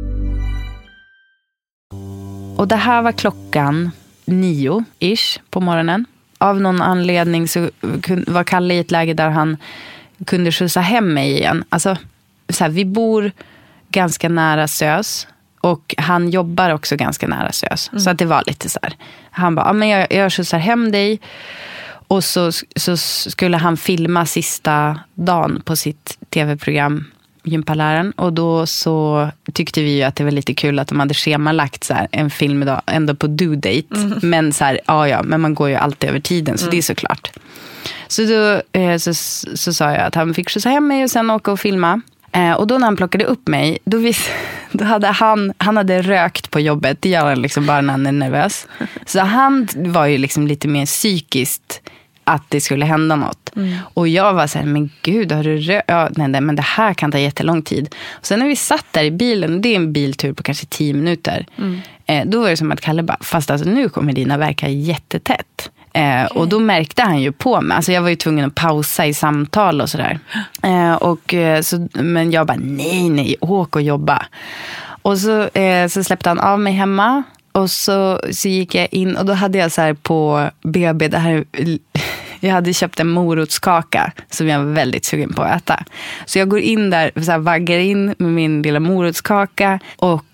Och det här var klockan 9-ish på morgonen. Av någon anledning så var Kalle i ett läge där han kunde skjutsa hem mig igen. Alltså, så här, vi bor ganska nära SÖS och han jobbar också ganska nära SÖS. Så att det var lite så här. Han bara, ja, men jag skjutsar hem dig. Och så skulle han filma sista dagen på sitt tv-program Gympaläraren, och då så tyckte vi ju att det var lite kul att de hade schemalagt så här, en film idag ändå på due date, men så här, ja, men man går ju alltid över tiden, så det är såklart. Så då så sa jag att han fick skjutsa hem mig och sen åka och filma. Och då när han plockade upp mig, då hade han hade rökt på jobbet. Det gör han liksom bara när han är nervös. Så han var ju liksom lite mer psykiskt att det skulle hända något. Och jag var så här, men gud, har du nej, men det här kan ta jättelång tid. Och sen när vi satt där i bilen, det är en biltur på kanske 10 minuter. Då var det som att Kalle bara, fast alltså nu kommer dina verka jättetätt. Och då märkte han ju på mig. Alltså jag var ju tvungen att pausa i samtal och sådär. Men jag bara, nej, åk och jobba. Och så släppte han av mig hemma. Och så gick jag in och då hade jag så här på BB det här, jag hade köpt en morotskaka som jag var väldigt sugen på att äta. Så jag går in där, så här, vaggar in med min lilla morotskaka och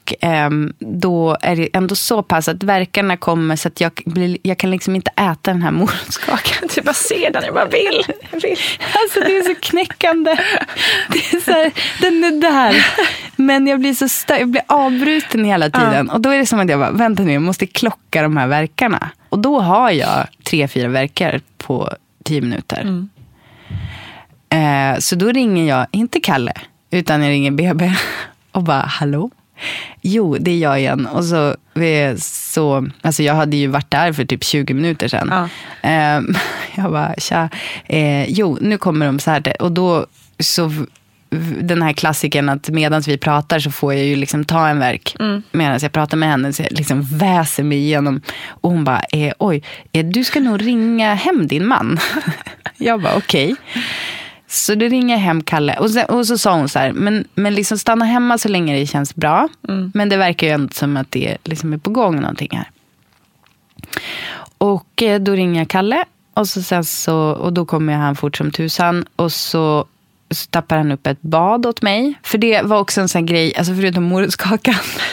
Och då är det ändå så pass att värkarna kommer så att jag kan liksom inte äta den här morotskakan. Du bara ser den, jag bara vill. Alltså det är så knäckande. Det är så här, den är där. Men jag blir jag blir avbruten hela tiden. Och då är det som att jag bara, vänta nu, jag måste klocka de här värkarna. Och då har jag 3-4 värkar på 10 minuter. Så då ringer jag, inte Kalle, utan jag ringer BB och bara, hallå? Jo, det är jag igen. Och så alltså jag hade ju varit där för typ 20 minuter sedan. Jag bara, tja. Jo, nu kommer de så här. Och då så den här klassikern att medans vi pratar så får jag ju liksom ta en verk medan jag pratar med henne, så jag liksom väser mig igenom. Och hon bara, oj, du ska nog ringa hem din man. Jag bara, okej. Så då ringer jag hem Kalle. Och så sa hon så här, men liksom stanna hemma så länge det känns bra. Men det verkar ju ändå som att det liksom är på gång någonting här. Och då ringer jag Kalle. Och och då kommer jag han fort som tusan. Och så tappar han upp ett bad åt mig. För det var också en sån grej, alltså förutom morotskakan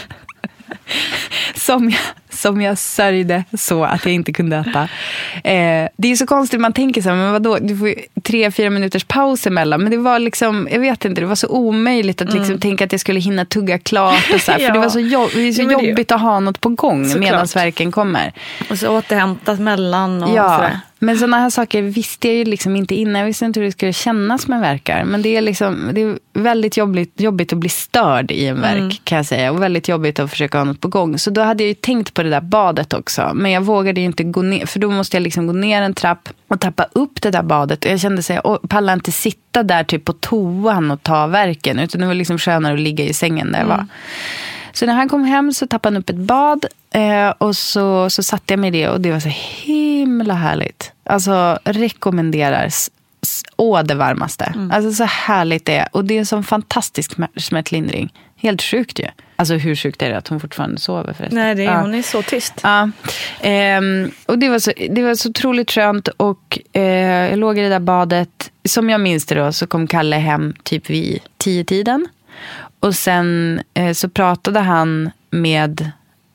som jag sörjde så att jag inte kunde äta. Det är så konstigt, man tänker så här, men vadå, du får 3-4 minuters paus emellan. Men det var liksom, jag vet inte, det var så omöjligt att liksom tänka att jag skulle hinna tugga klart och så här, för det var så, jobbigt att ha något på gång medan verken kommer. Och så återhämtat mellan och sådär. Men sådana här saker visste jag ju liksom inte innan. Jag visste inte hur det skulle kännas med verkar. Men det är liksom, det är väldigt jobbigt att bli störd i en verk, kan jag säga. Och väldigt jobbigt att försöka ha något på gång. Så då hade jag ju tänkt på det där badet också. Men jag vågade ju inte gå ner, för då måste jag liksom gå ner en trapp och tappa upp det där badet. Och jag kände så jag pallar inte sitta där typ på toan och ta verken. Utan det var liksom skönare att ligga i sängen där jag var. Så när han kom hem så tappade han upp ett bad. Och så satte jag mig i det. Och det var så himla härligt. Alltså rekommenderar det varmaste. Alltså så härligt det är. Och det är en sån fantastisk smärtlindring. Helt sjukt ju. Alltså hur sjukt är det att hon fortfarande sover förresten? Nej, hon är så tyst. Ja. Och det var så otroligt skönt. Och jag låg i det där badet. Som jag minns det då så kom Kalle hem typ vid 10-tiden. Och sen så pratade han med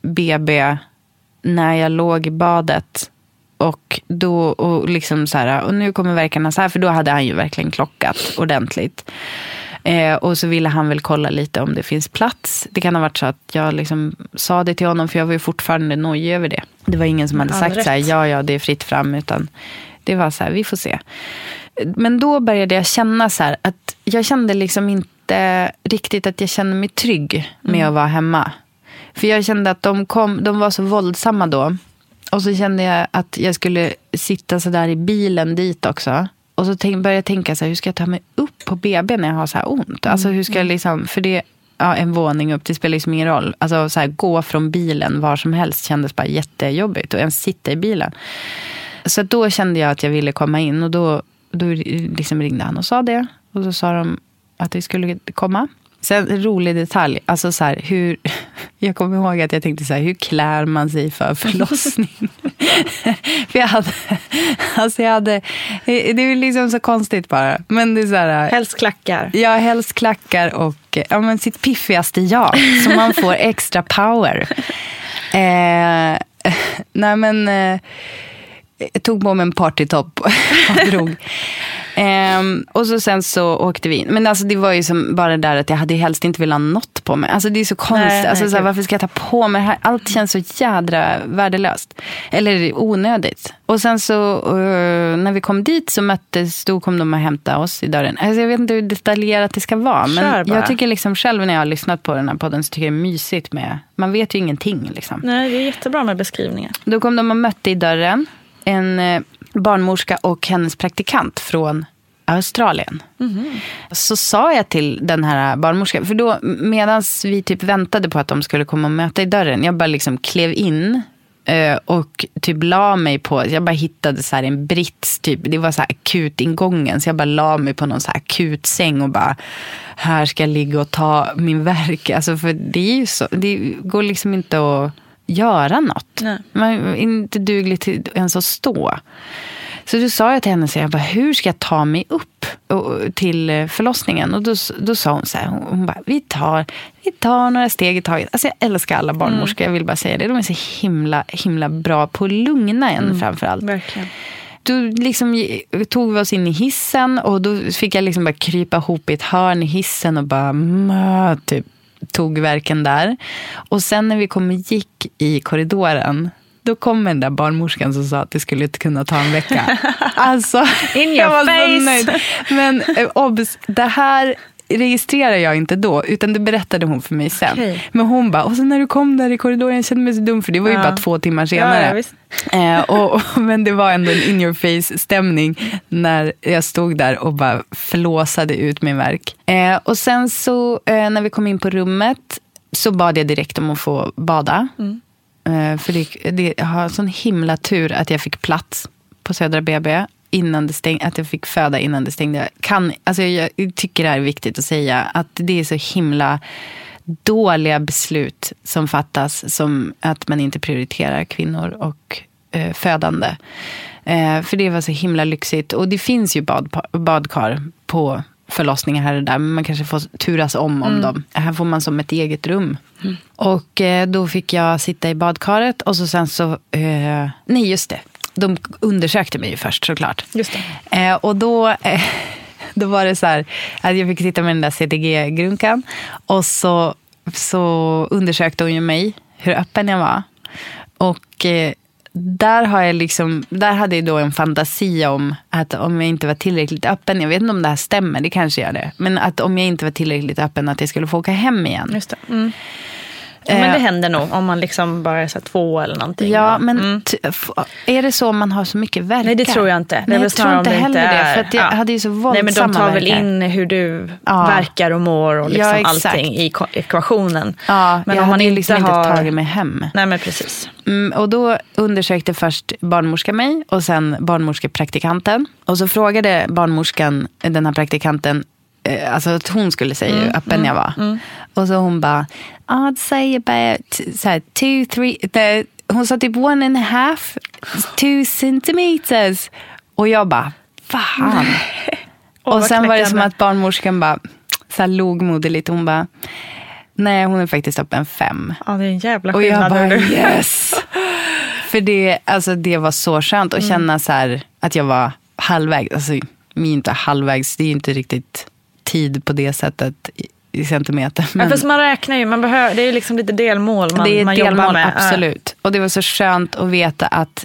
BB när jag låg i badet. Och då, och liksom så här, och nu kommer verkarna så här, för då hade han ju verkligen klockat ordentligt. Och så ville han väl kolla lite om det finns plats. Det kan ha varit så att jag liksom sa det till honom, för jag var ju fortfarande nojig över det. Det var ingen som hade sagt så här, ja det är fritt fram, utan det var så här, vi får se. Men då började jag känna så här, att jag kände liksom inte riktigt att jag kände mig trygg med att vara hemma. För jag kände att de var så våldsamma då. Och så kände jag att jag skulle sitta så där i bilen dit också. Och så började jag tänka så här, hur ska jag ta mig upp på BB när jag har så här ont? Alltså hur ska jag liksom, för det, en våning upp, det spelar liksom ingen roll. Alltså så här, gå från bilen var som helst kändes bara jättejobbigt. Och ens sitta i bilen. Så då kände jag att jag ville komma in. Och då liksom ringde han och sa det. Och så sa de att vi skulle komma. Sen en rolig detalj, alltså så här, jag kommer ihåg att jag tänkte så här, hur klär man sig för förlossning? För jag hade, det är liksom så konstigt bara. Men det är så här, helst klackar. Ja, helst klackar och men sitt piffigaste jag, så man får extra power. Nej men, jag tog på mig en partytopp och drog. Och så sen så åkte vi in. Men alltså det var ju som bara det där att jag hade helst inte velat ha något på mig. Alltså det är så konstigt. Alltså, så här, varför ska jag ta på mig det här? Allt känns så jädra värdelöst. Eller onödigt. Och sen så när vi kom dit så då kom de och hämtade oss i dörren. Alltså jag vet inte hur detaljerat det ska vara. Men jag tycker liksom själv när jag har lyssnat på den här podden så tycker jag det är mysigt med. Man vet ju ingenting liksom. Nej, det är jättebra med beskrivningar. Då kom de och mötte i dörren en barnmorska och hennes praktikant från Australien. Så sa jag till den här barnmorskan, för då medans vi typ väntade på att de skulle komma och möta i dörren, jag bara liksom klev in och typ la mig på, jag bara hittade så här en brits typ, det var så här akut ingången, så jag bara la mig på någon så här akut säng och bara, här ska jag ligga och ta min verk, alltså för det är ju så, det går liksom inte att göra något. Nej. Man är inte duglig till ens att stå. Så då sa jag till henne, så jag bara, hur ska jag ta mig upp till förlossningen? Och då sa hon så här, hon bara, vi tar några steg i taget. Alltså jag älskar alla barnmorskor, jag vill bara säga det. De är så himla bra på att lugna en framförallt. Verkligen. Då liksom tog vi oss in i hissen och då fick jag liksom bara krypa ihop i ett hörn i hissen och bara typ tog verken där. Och sen när vi gick i korridoren, då kom den där barnmorskan som sa att det skulle inte kunna ta en vecka. Alltså, in your face! Men obs, det här registrerar jag inte då, utan det berättade hon för mig sen. Okay. Men hon bara, och så när du kom där i korridoren, jag kände mig så dum, för det var ju bara 2 timmar senare. Men det var ändå en in your face stämning när jag stod där och bara flåsade ut min verk. Och sen så när vi kom in på rummet så bad jag direkt om att få bada. För det har sån himla tur att jag fick plats på Södra BB innan det stängde, att jag fick föda innan det stängde. Jag tycker det är viktigt att säga att det är så himla dåliga beslut som fattas, som att man inte prioriterar kvinnor och födande. För det var så himla lyxigt. Och det finns ju badkar på förlossningar här och där, men man kanske får turas om dem. Här får man som ett eget rum. Och då fick jag sitta i badkaret och så sen så nej just det, de undersökte mig ju först såklart. Just det. Och då var det så här att jag fick sitta med den där CTG-grunkan och så undersökte hon ju mig, hur öppen jag var. Och där hade jag då en fantasi om att om jag inte var tillräckligt öppen, jag vet inte om det här stämmer, det kanske gör det, men att om jag inte var tillräckligt öppen att jag skulle få åka hem igen. Just det. Ja, men det händer nog om man liksom bara är så 2 eller någonting. Ja, men är det så man har så mycket verkar? Nej, det tror jag inte. Nej, jag tror inte heller det. För att jag hade ju så våldsamma verkar. Nej, men de tar väl in hur du verkar och mår och liksom allting i ekvationen. Ja, men jag om man inte liksom inte tagit mig hem. Nej, men precis. Och då undersökte först barnmorska mig och sen barnmorskepraktikanten. Och så frågade barnmorskan den här praktikanten, alltså att hon skulle säga hur öppen jag var. Och så hon bara, I'd say about 2-3, hon sa typ 1.5-2 centimeters. Och jag bara, fan. Och sen var det som att barnmorskan bara så här lågmodigt, hon bara, nej, hon är faktiskt öppen 5. Ja, det är en jävla skillnad. Och jag bara, yes. För det var så skönt att känna så här att jag var halvvägs. Alltså, inte halvvägs, det är inte riktigt tid på det sättet i centimeter. Men fast man räknar ju, det är ju liksom lite delmål man, det är man delmål, jobbar med. Absolut. Och det var så skönt att veta att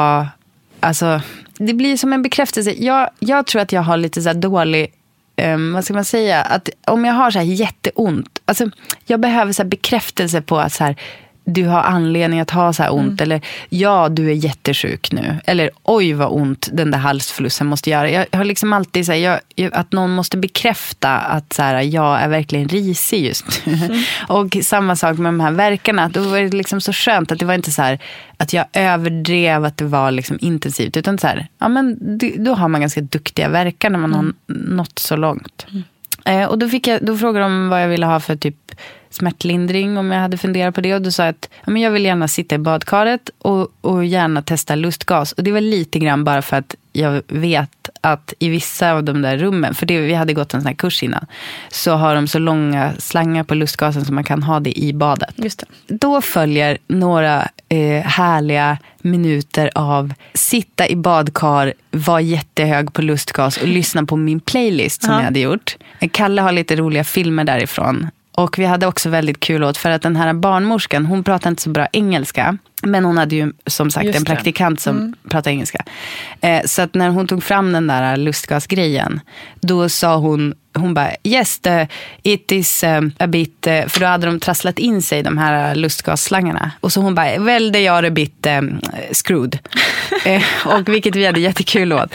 det blir som en bekräftelse. Jag tror att jag har lite så här dålig, vad ska man säga, att om jag har så här jätteont, alltså jag behöver så här bekräftelse på att så här, du har anledning att ha så här ont, eller ja, du är jättesjuk nu, eller oj vad ont den där halsflussen måste göra. Jag har liksom alltid så här, att någon måste bekräfta att så här, jag är verkligen risig just nu. Och samma sak med de här verkarna, då var det liksom så skönt att det var inte så här att jag överdrev att det var liksom intensivt, utan så här, ja men då har man ganska duktiga verkar när man har nått så långt. Och då frågade de vad jag ville ha för typ smärtlindring, om jag hade funderat på det, och då sa jag att jag vill gärna sitta i badkaret och gärna testa lustgas. Och det var lite grann bara för att jag vet att i vissa av de där rummen, för vi hade gått en sån här kurs innan, så har de så långa slangar på lustgasen så man kan ha det i badet. Just det. Då följer några härliga minuter av sitta i badkar, vara jättehög på lustgas och lyssna på min playlist som jag hade gjort. Kalle har lite roliga filmer därifrån. Och vi hade också väldigt kul åt, för att den här barnmorskan, hon pratade inte så bra engelska. Men hon hade ju som sagt en praktikant som pratade engelska. Så att när hon tog fram den där lustgasgrejen, då sa hon bara, yes, it is a bit, för då hade de trasslat in sig, de här lustgasslangarna. Och så hon bara, well, they are a bit screwed. Och vilket vi hade jättekul åt.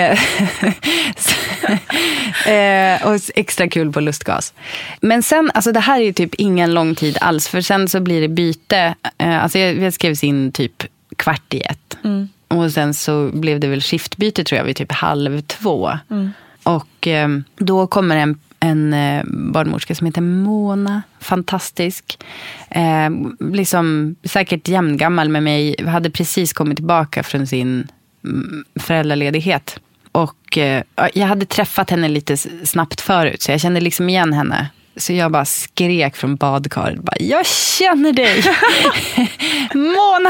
Och extra kul på lustgas. Men sen, alltså det här är ju typ ingen lång tid alls, för sen så blir det byte. Alltså jag skrevs in typ 1:15. Och sen så blev det väl skiftbyte, tror jag, vid typ 1:30. Och då kommer en barnmorska som heter Mona, fantastisk, liksom säkert jämngammal med mig, hade precis kommit tillbaka från sin föräldraledighet. Och jag hade träffat henne lite snabbt förut, så jag kände liksom igen henne. Så jag bara skrek från badkaret. Bara, jag känner dig! Mona!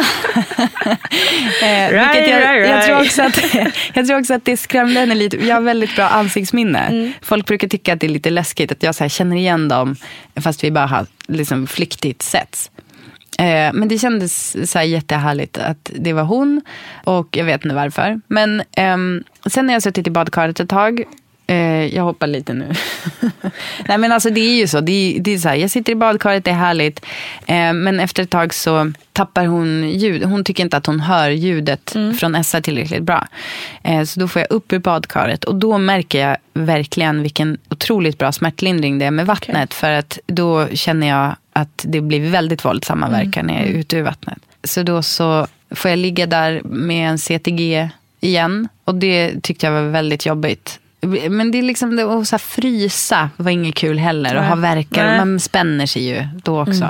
Jag tror också att det skrämde henne lite. Jag har väldigt bra ansiktsminne. Folk brukar tycka att det är lite läskigt att jag så här känner igen dem fast vi bara har liksom flyktigt setts. Men det kändes så här jättehärligt att det var hon. Och jag vet inte varför. Men sen när jag suttit i badkaret ett tag. Jag hoppar lite nu. Nej, men alltså det är ju så. Det är så här, jag sitter i badkaret, det är härligt. Men efter ett tag så tappar hon ljud. Hon tycker inte att hon hör ljudet från Essa tillräckligt bra. Så då får jag upp ur badkaret. Och då märker jag verkligen vilken otroligt bra smärtlindring det är med vattnet. Okay. För att då känner jag att det blir väldigt våldsamma verkar när jag är ute ur vattnet. Så då så får jag ligga där med en CTG igen. Och det tyckte jag var väldigt jobbigt. Men det är liksom det, att så här frysa var inget kul heller. Och ha verkar, man spänner sig ju då också.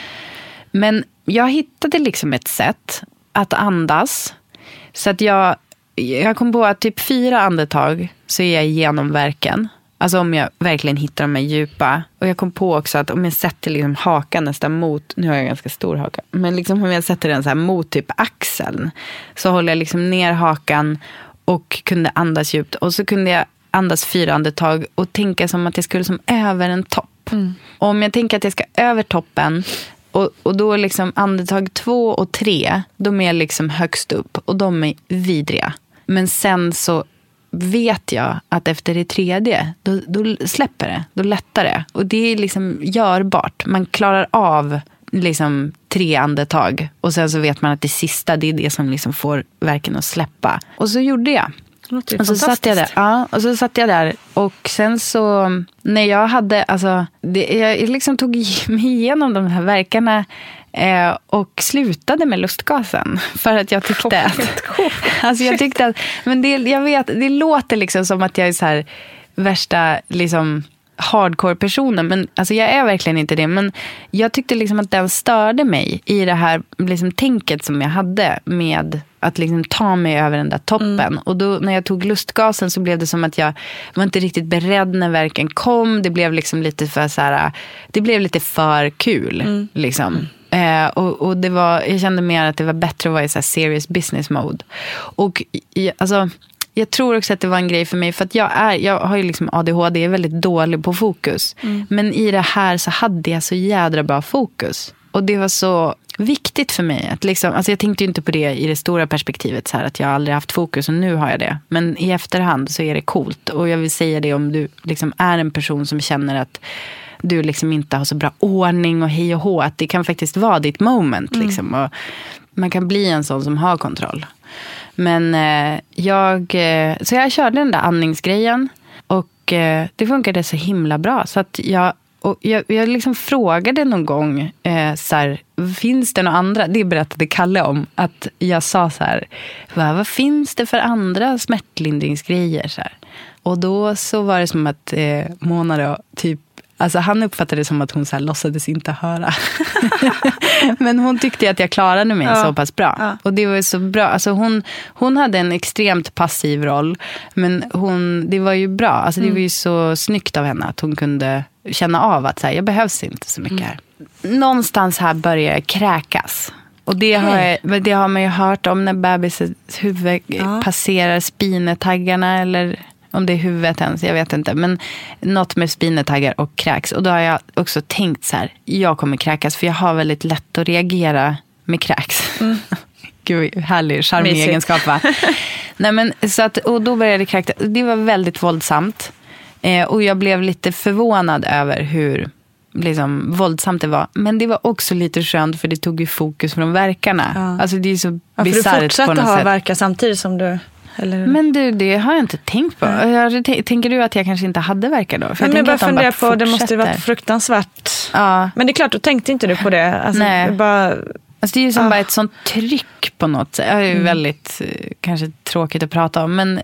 Men jag hittade liksom ett sätt att andas. Så att jag kom på att typ 4 andetag så är jag igenom verken. Alltså om jag verkligen hittar de här djupa. Och jag kom på också att om jag sätter liksom hakan nästan mot, nu har jag ganska stor haka, men liksom om jag sätter den så här mot typ axeln, så håller jag liksom ner hakan och kunde andas djupt. Och så kunde jag andas 4 andetag och tänka som att jag skulle som över en topp. Och om jag tänker att jag ska över toppen och då liksom andetag 2 och 3, de är liksom högst upp och de är vidriga. Men sen så vet jag att efter det 3:e då släpper det, då lättar det. Och det är liksom görbart. Man klarar av liksom 3 andetag och sen så vet man att det sista, det är det som liksom får verken att släppa. Och så gjorde jag. Och så satt jag där. Ja, och så satt jag där och sen så när jag hade jag liksom tog mig igenom de här verkarna och slutade med lustgasen för att jag tyckte att men jag vet, det låter liksom som att jag är så här värsta liksom hardcore personen, men alltså jag är verkligen inte det, men jag tyckte liksom att den störde mig i det här liksom tänket som jag hade med att liksom ta mig över den där toppen. Och då när jag tog lustgasen så blev det som att jag var inte riktigt beredd när verken kom. Det blev liksom lite för så här, det blev lite för kul liksom. Och det var, jag kände mer att det var bättre att vara i så här serious business mode. Och jag tror också att det var en grej för mig, för att jag har ju liksom ADHD, jag är väldigt dålig på fokus. Men i det här så hade jag så jädra bra fokus. Och det var så viktigt för mig att liksom, alltså jag tänkte ju inte på det i det stora perspektivet så här, att jag aldrig haft fokus och nu har jag det. Men i efterhand så är det coolt. Och jag vill säga det om du liksom är en person som känner att du liksom inte har så bra ordning och hej och hå, att det kan faktiskt vara ditt moment liksom. Och man kan bli en sån som har kontroll. Men så jag körde den där andningsgrejen och det funkade så himla bra. Så att jag liksom frågade någon gång så här, finns det några andra? Det berättade Kalle om, att jag sa så här, vad finns det för andra smärtlindringsgrejer så här? Och då så var det som att Mona då typ, alltså han uppfattade det som att hon så här låtsades inte höra. Men hon tyckte att jag klarade mig så pass bra. Ja. Och det var så bra. Alltså hon hade en extremt passiv roll. Men det var ju bra. Alltså det var ju så snyggt av henne att hon kunde känna av att så här, jag behövs inte så mycket här. Någonstans här börjar jag kräkas. Och det har man ju hört om när bebisens huvud passerar spinetaggarna eller... Om det är huvudet ens, jag vet inte. Men något med spinetaggar och kräks. Och då har jag också tänkt så här, jag kommer kräkas för jag har väldigt lätt att reagera med kräks. Gud, härlig, charmig egenskap va? Nej, men, så att, och då började det kräkas. Det var väldigt våldsamt. Och jag blev lite förvånad över hur liksom, våldsamt det var. Men det var också lite skönt för det tog ju fokus från verkarna. Ja. Alltså det är så bisarrt på något sätt. För du fortsatte ha verkar samtidigt som du... Eller... Men du, det har jag inte tänkt på. Tänker du att jag kanske inte hade verkar då? För jag bara funderar på, det måste ju vara fruktansvärt. Ja. Men det är klart, då tänkte inte du på det. Alltså, nej. Alltså, det är ju som bara ett sånt tryck på något sätt. Det är ju väldigt kanske tråkigt att prata om. Men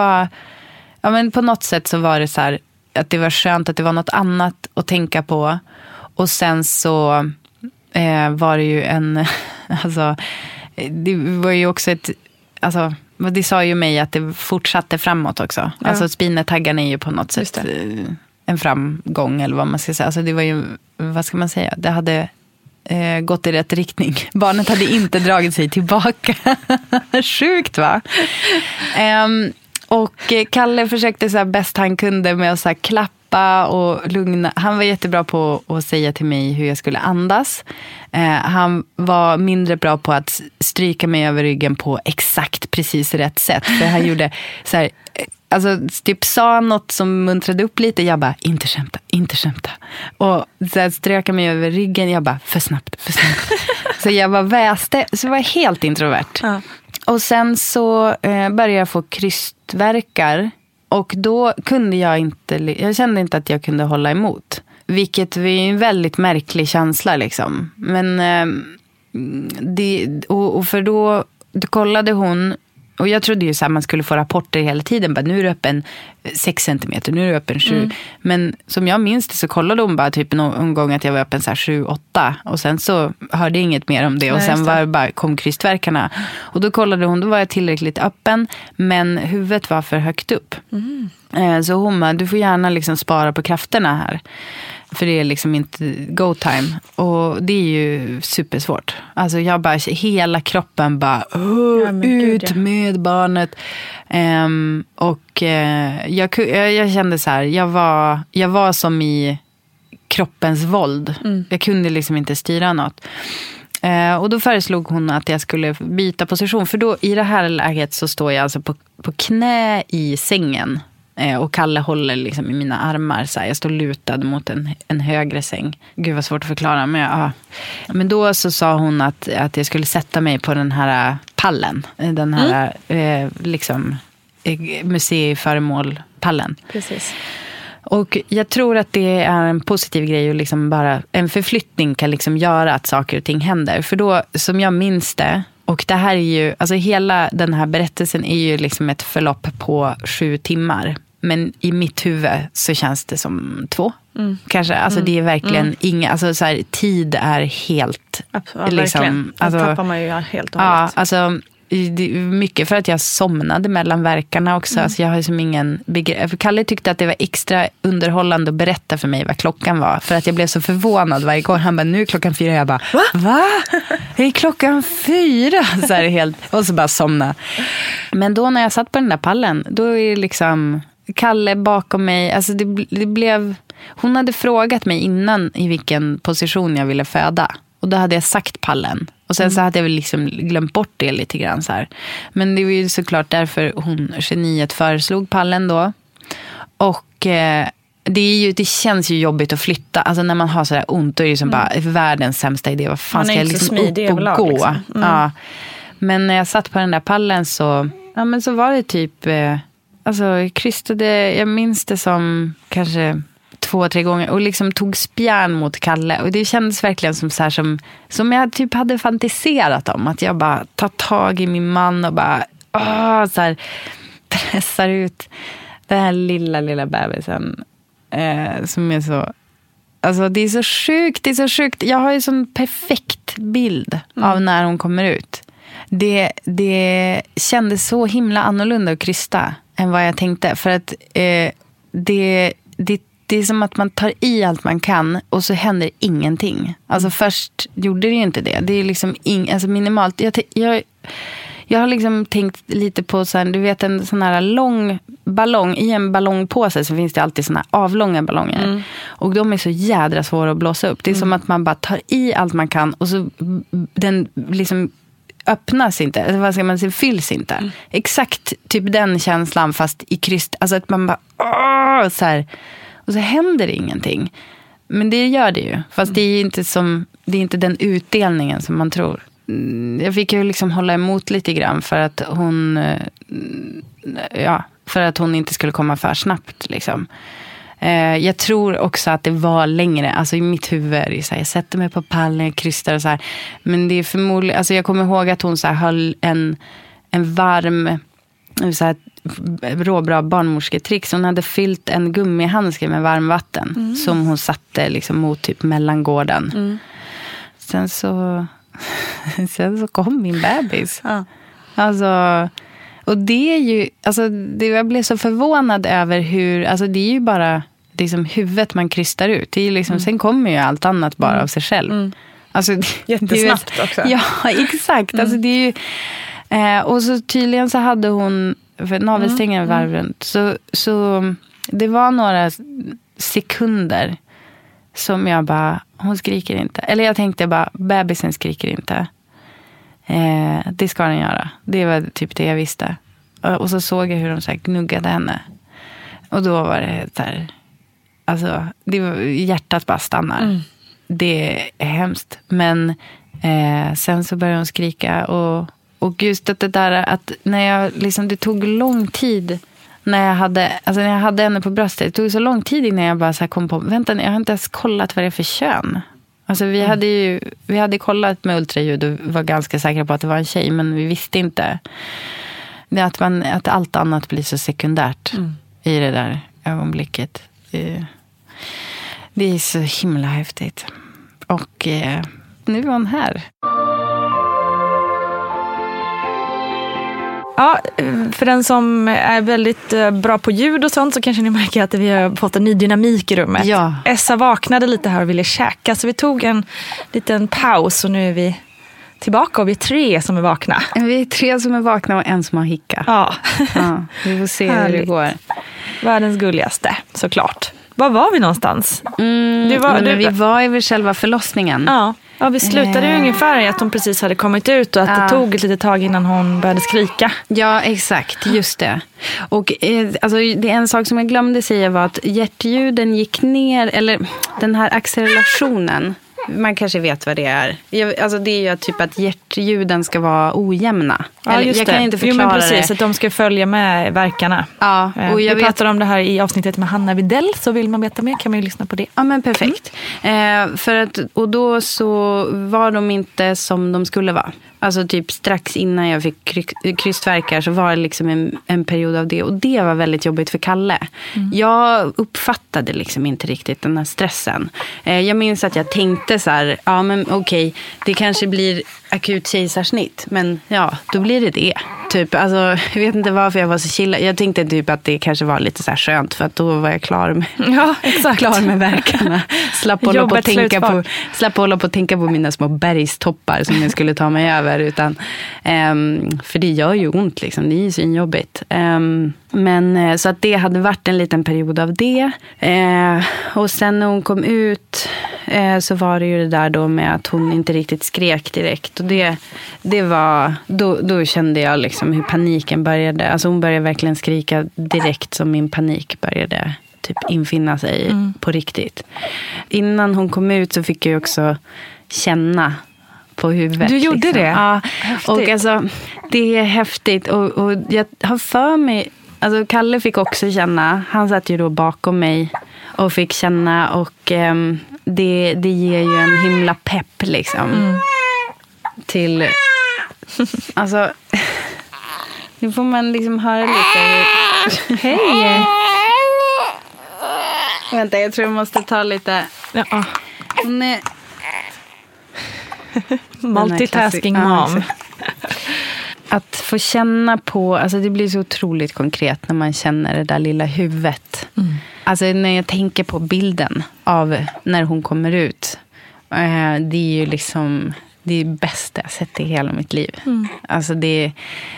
men på något sätt så var det så här att det var skönt att det var något annat att tänka på. Och sen så var det ju alltså det var ju också ett alltså, det sa ju mig att det fortsatte framåt också. Ja. Alltså spinetaggarna är ju på något sätt en framgång eller vad man ska säga. Alltså det var ju, vad ska man säga, det hade gått i rätt riktning. Barnet hade inte dragit sig tillbaka. Sjukt, va? Och Kalle försökte så här bäst han kunde med att så här klappa och lugna. Han var jättebra på att säga till mig hur jag skulle andas. Han var mindre bra på att stryka mig över ryggen på exakt precis rätt sätt. För han gjorde så här, alltså typ sa något som muntrade upp lite. Jag bara, inte skämta. Och så här, ströka mig över ryggen. Jag bara, för snabbt. Så jag bara väste. Så jag var helt introvert. Ja. Och sen så började jag få krystvärkar. Och då kunde jag kände inte att jag kunde hålla emot. Vilket var en väldigt märklig känsla liksom. Men för då kollade hon. Och jag trodde ju så här, man skulle få rapporter hela tiden. Bara, nu är det öppen 6 centimeter, nu är det öppen 7. Men som jag minns det så kollade hon bara typ någon gång att jag var öppen 7-8. Och sen så hörde jag inget mer om det. Och sen kom krystvärkarna. Och då kollade hon, då var jag tillräckligt öppen. Men huvudet var för högt upp. Så hon bara, du får gärna liksom spara på krafterna här. För det är liksom inte go time. Och det är ju supersvårt. Alltså jag bara, hela kroppen bara ut med barnet. Och jag kände så här, jag var som i kroppens våld. Jag kunde liksom inte styra något. Och då föreslog hon att jag skulle byta position. För då i det här läget så står jag alltså på knä i sängen. Och Kalle håller liksom i mina armar. Så här, jag står lutad mot en högre säng. Gud vad svårt att förklara. Men då så sa hon att jag skulle sätta mig på den här pallen. Den här liksom museiföremålpallen. Precis. Och jag tror att det är en positiv grej. Och liksom bara en förflyttning kan liksom göra att saker och ting händer. För då, som jag minns det. Och det här är ju, alltså hela den här berättelsen är ju liksom ett förlopp på 7 timmar. Men i mitt huvud så känns det som 2. Kanske, alltså det är verkligen inga, alltså så här, tid är helt... Ja, liksom, alltså, det tappar man ju helt och hållet. Ja, alltså mycket för att jag somnade mellan verkarna också. Alltså jag har liksom ingen för Kalle tyckte att det var extra underhållande att berätta för mig vad klockan var. För att jag blev så förvånad varje gång. Han bara, nu är klockan 4. Jag bara, va? Det är klockan 4? Så här helt, och så bara somna. Men då när jag satt på den där pallen, då är det liksom Kalle bakom mig. Alltså det blev... Hon hade frågat mig innan i vilken position jag ville föda. Och då hade jag sagt pallen. Och sen så hade jag väl liksom glömt bort det lite grann så här. Men det var ju såklart därför geniet föreslog pallen då. Och det känns ju jobbigt att flytta. Alltså när man har sådär ont, då är det som bara världens sämsta idé. Vad fan ska jag liksom upp och gå? Liksom. Ja. Men när jag satt på den där pallen så var det typ... Alltså krystade, jag minns det som kanske 2-3 gånger och liksom tog spjärn mot Kalle. Och det kändes verkligen som så här som jag typ hade fantiserat om. Att jag bara tar tag i min man och bara så här, pressar ut den här lilla bebisen. Som är så... Alltså det är så sjukt. Jag har ju sån perfekt bild av när hon kommer ut. Det kändes så himla annorlunda att krysta än vad jag tänkte. För att det är som att man tar i allt man kan och så händer ingenting. Alltså först gjorde det ju inte det. Det är liksom alltså minimalt. Jag har liksom tänkt lite på så här, du vet en sån här lång ballong. I en ballongpåse så finns det alltid såna här avlånga ballonger. Och de är så jädra svåra att blåsa upp. Det är som att man bara tar i allt man kan och så den liksom öppnas inte, vad ska man säga, fylls inte. Exakt typ den känslan fast i kryst, alltså att man bara så här, och så händer det ingenting. Men det gör det ju, fast det är inte den utdelningen som man tror. Jag fick ju liksom hålla emot lite grann för att hon inte skulle komma för snabbt liksom. Jag tror också att det var längre. Alltså i mitt huvud är det så här, jag sätter mig på pallen, jag krystar och så här. Men det är förmodligen, alltså jag kommer ihåg att hon så här höll en varm så här, råbra barnmorsketricks. Hon hade fyllt en gummihandske med varmvatten som hon satte liksom mot typ mellangården. Sen så kom min bebis. Ja, Alltså, och det är ju, alltså, jag blev så förvånad över hur, alltså det är ju bara liksom huvudet man krystar ut. Det är liksom, sen kommer ju allt annat bara av sig själv. Alltså, jättesnabbt också. Ja, exakt. Alltså, det är ju, och så tydligen så hade hon, för navelsträngen varv runt, så det var några sekunder som jag bara, hon skriker inte. Eller jag tänkte bara, bebisen skriker inte. Det ska den göra. Det var typ det jag visste. Och så såg jag hur de så här gnuggade henne. Och då var det så här, alltså, det var, hjärtat bara stannar. Det är hemskt. Men sen så började hon skrika. Och just det där att när jag liksom, det tog lång tid när jag hade henne på bröstet. Det tog så lång tid innan jag bara så här kom på, vänta, jag har inte ens kollat vad det är för kön. Alltså vi hade kollat med ultraljud och var ganska säkra på att det var en tjej, men vi visste inte. Det att allt annat blir så sekundärt i det där ögonblicket. Det är så himla häftigt. Och nu är hon här. Ja, för den som är väldigt bra på ljud och sånt så kanske ni märker att vi har fått en ny dynamik i rummet. Ja. Essa vaknade lite här och ville käka, så vi tog en liten paus och nu är vi tillbaka och vi är 3 som är vakna. Vi är 3 som är vakna och en som har hicka. Ja. Vi får se hur det går. Världens gulligaste, såklart. Var var vi någonstans? Vi var över själva förlossningen. Ja, vi slutade ju ungefär i att hon precis hade kommit ut och att det tog ett litet tag innan hon började skrika. Ja, exakt. Just det. Och alltså, det är en sak som jag glömde säga var att hjärtljuden gick ner, eller den här accelerationen. Man kanske vet vad det är. Alltså det är ju typ att hjärtljuden ska vara ojämna. Ja, just jag kan inte förklara men precis, det. Att de ska följa med verkarna. Ja, och vi pratade om det här i avsnittet med Hanna Videll, så vill man veta mer kan man ju lyssna på det. Ja, men perfekt. För att, och då så var de inte som de skulle vara. Alltså typ strax innan jag fick krystvärkar så var det liksom en period av det. Och det var väldigt jobbigt för Kalle. Jag uppfattade liksom inte riktigt den här stressen. Jag minns att jag tänkte så här, ja men okej, det kanske blir akut kejsarsnitt. Men ja, då blir det. Typ, alltså, jag vet inte varför jag var så chilla. Jag tänkte typ att det kanske var lite så här skönt, för att då var jag klar med verkarna. Slapp hålla på att tänka på mina små bergstoppar som jag skulle ta mig över. Utan, för det gör ju ont liksom. Det är ju svinjobbigt. Men så att det hade varit en liten period av det. Och sen när hon kom ut så var det ju det där då med att hon inte riktigt skrek direkt. Och det var, då kände jag liksom hur paniken började. Alltså hon började verkligen skrika direkt som min panik började typ infinna sig på riktigt. Innan hon kom ut så fick jag också känna på huvudet. Du gjorde liksom. det? Ja, och alltså det är häftigt. Och jag har för mig, alltså Kalle fick också känna, han satt ju då bakom mig och fick känna, och det ger ju en himla pepp liksom. Till, alltså nu får man liksom höra lite. Hej! Vänta, jag tror jag måste ta lite. Ja. Hon är multitasking mom. Att få känna på, alltså det blir så otroligt konkret när man känner det där lilla huvudet. Alltså när jag tänker på bilden av när hon kommer ut, det är ju liksom det bästa jag sett i hela mitt liv. Alltså det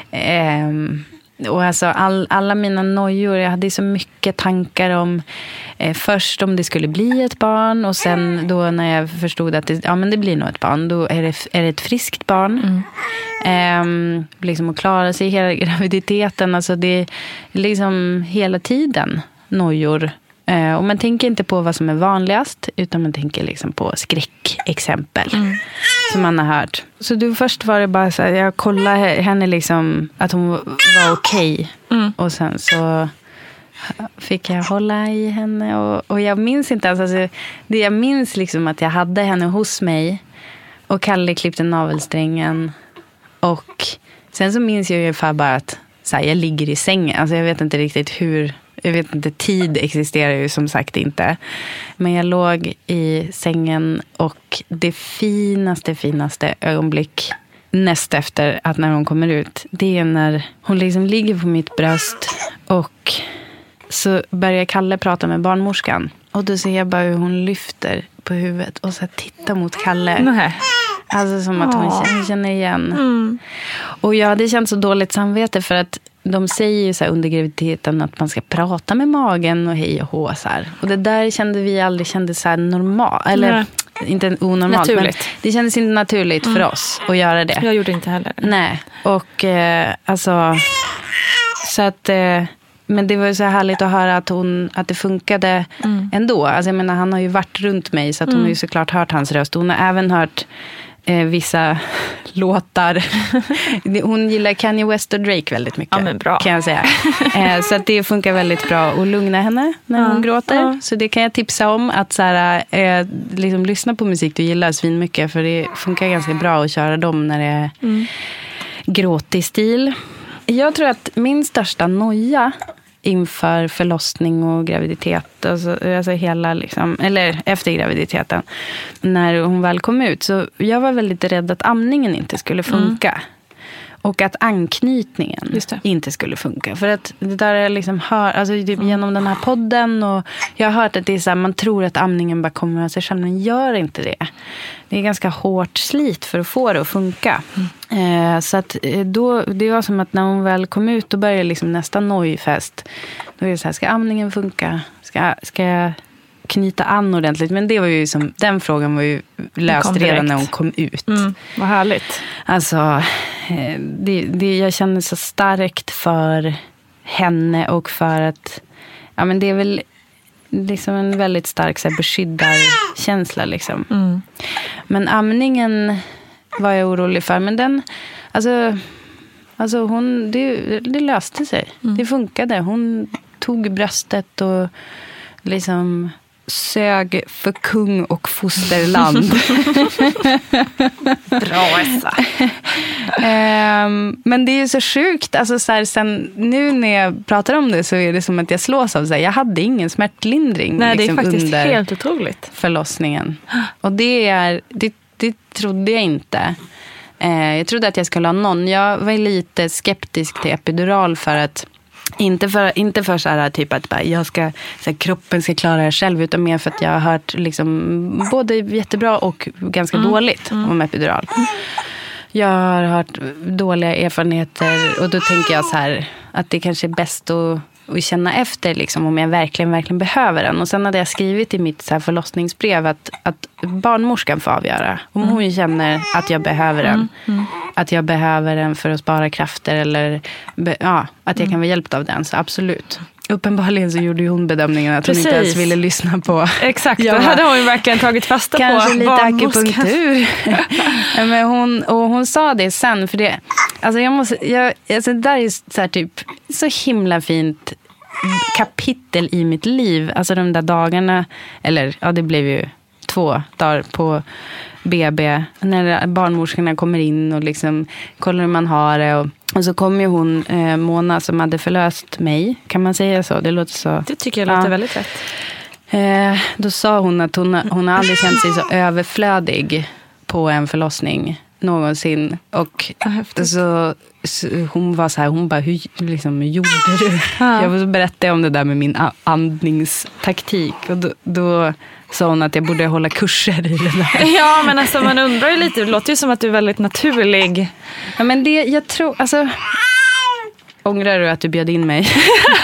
och alltså alla mina nojor, jag hade så mycket tankar om först om det skulle bli ett barn, och sen då när jag förstod att det blir nog ett barn, då är det ett friskt barn. Liksom att klara sig hela graviditeten, alltså det är liksom hela tiden nojor. Och man tänker inte på vad som är vanligast, utan man tänker liksom på skräckexempel som man har hört. Så då först var det bara så här, jag kollade henne liksom att hon var okej. Och sen så fick jag hålla i henne, och jag minns inte alltså, jag minns liksom att jag hade henne hos mig och Kalle klippte navelsträngen, och sen så minns jag ungefär bara att så här, jag ligger i sängen, alltså jag vet inte riktigt hur. Jag vet inte, tid existerar ju som sagt inte. Men jag låg i sängen, och det finaste ögonblick näst efter att när hon kommer ut, det är när hon liksom ligger på mitt bröst och så börjar Kalle prata med barnmorskan. Och då ser jag bara hur hon lyfter på huvudet och så tittar mot Kalle. Nej. Alltså som att hon känner igen. Och jag hade känt så dåligt samvete för att de säger ju så här under graviditeten att man ska prata med magen och hej och hå så här. Och det där kände vi aldrig kände så här normalt. Eller inte onormalt. Naturligt. Men det kändes inte naturligt för oss att göra det. Jag gjorde inte heller. Nej. Och alltså så att men det var ju så härligt att höra att det funkade ändå. Alltså jag menar, han har ju varit runt mig så att hon har ju såklart hört hans röst. Hon har även hört vissa låtar. Hon gillar Kanye West och Drake väldigt mycket. Ja, men bra. Kan jag säga. Så att det funkar väldigt bra att lugna henne när hon gråter. Ja. Så det kan jag tipsa om. Att så här, liksom, lyssna på musik du gillar svin mycket. För det funkar ganska bra att köra dem när det är gråtig stil. Jag tror att min största noja inför förlossning och graviditet, alltså hela liksom, eller efter graviditeten, när hon väl kom ut, så jag var väldigt rädd att amningen inte skulle funka. Och att anknytningen inte skulle funka. För att det där är liksom alltså genom den här podden, och jag har hört att det är så här, man tror att amningen bara kommer av sig själv, men gör inte det. Det är ganska hårt slit för att få det att funka. Så att då, det var som att när hon väl kom ut, då började liksom nästa nojfest. Då är det så här, ska amningen funka? Ska jag knyta an ordentligt? Men det var ju som, den frågan var ju löst redan när hon kom ut. Vad härligt. Alltså, jag känner så starkt för henne och för att, ja men det är väl liksom en väldigt stark så här, beskyddarkänsla liksom. Men amningen var jag orolig för, men den, alltså hon, det löste sig. Det funkade. Hon tog bröstet och liksom sög för kung och fosterland. Bra, Essa. Men det är ju så sjukt. Alltså, så här, sen, nu när jag pratar om det så är det som att jag slås av. Så här, jag hade ingen smärtlindring. Nej, liksom, det är faktiskt under helt otroligt. Förlossningen. Och det trodde jag inte. Jag trodde att jag skulle ha någon. Jag var lite skeptisk till epidural för att inte för så här typ att bara, jag ska, så här, kroppen ska klara det själv, utan mer för att jag har hört liksom, både jättebra och ganska dåligt om epidural. Jag har hört dåliga erfarenheter, och då tänker jag så här att det kanske är bäst att känna efter liksom, om jag verkligen behöver den. Och sen hade jag skrivit i mitt så här förlossningsbrev att barnmorskan får avgöra om hon känner att jag behöver den. Att jag behöver den för att spara krafter, eller att jag kan vara hjälpt av den, så absolut. Uppenbarligen så gjorde ju hon bedömningen att hon inte ens ville lyssna på. Exakt, då hade hon ju verkligen tagit fasta kanske på lite akupunktur. Men hon sa det sen, för det, alltså det där är så här typ så himla fint kapitel i mitt liv. Alltså de där dagarna, eller ja, det blev ju 2 dagar på BB, när barnmorskorna kommer in och liksom kollar hur man har det, och så kom ju hon, Mona, som hade förlöst mig. Kan man säga så? Det låter så. Det tycker jag låter väldigt rätt. Då sa hon att hon har aldrig känt sig så överflödig på en förlossning någonsin. Och så hon var så här, hon bara, hur liksom gjorde du? Jag berättade om det där med min andningstaktik, och då sa hon att jag borde hålla kurser i det där. Ja, men alltså man undrar ju lite, det låter ju som att du är väldigt naturlig. Ja, men det, jag tror, alltså, ångrar du att du bjöd in mig?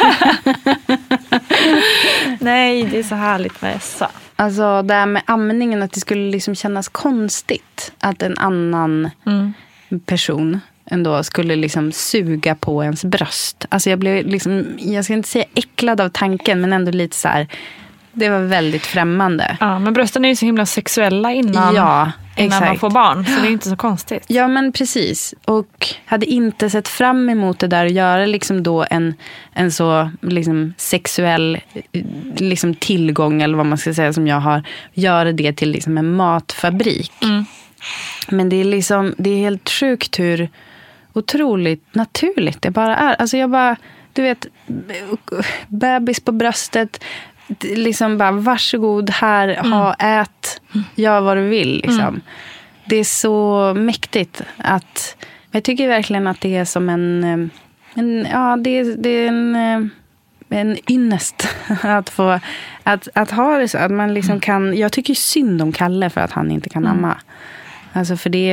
Nej, det är så härligt med Essa. Alltså det här med amningen, att det skulle liksom kännas konstigt att en annan person ändå skulle liksom suga på ens bröst. Alltså jag blev liksom, jag ska inte säga äcklad av tanken, men ändå lite så här, det var väldigt främmande. Ja, men brösten är ju så himla sexuella innan man får barn, så det är inte så konstigt. Ja, men precis. Och hade inte sett fram emot det där och göra liksom då en så liksom sexuell liksom tillgång, eller vad man ska säga, som jag har, göra det till liksom en matfabrik. Men det är liksom, det är helt sjukt hur otroligt naturligt det bara är. Alltså jag bara, du vet, bebis på bröstet, liksom bara, varsågod här, ät, gör vad du vill liksom. Det är så mäktigt att... Jag tycker verkligen att det är som en det är en ynnest att få att ha det så att man liksom kan. Jag tycker synd om Kalle för att han inte kan amma. Alltså för det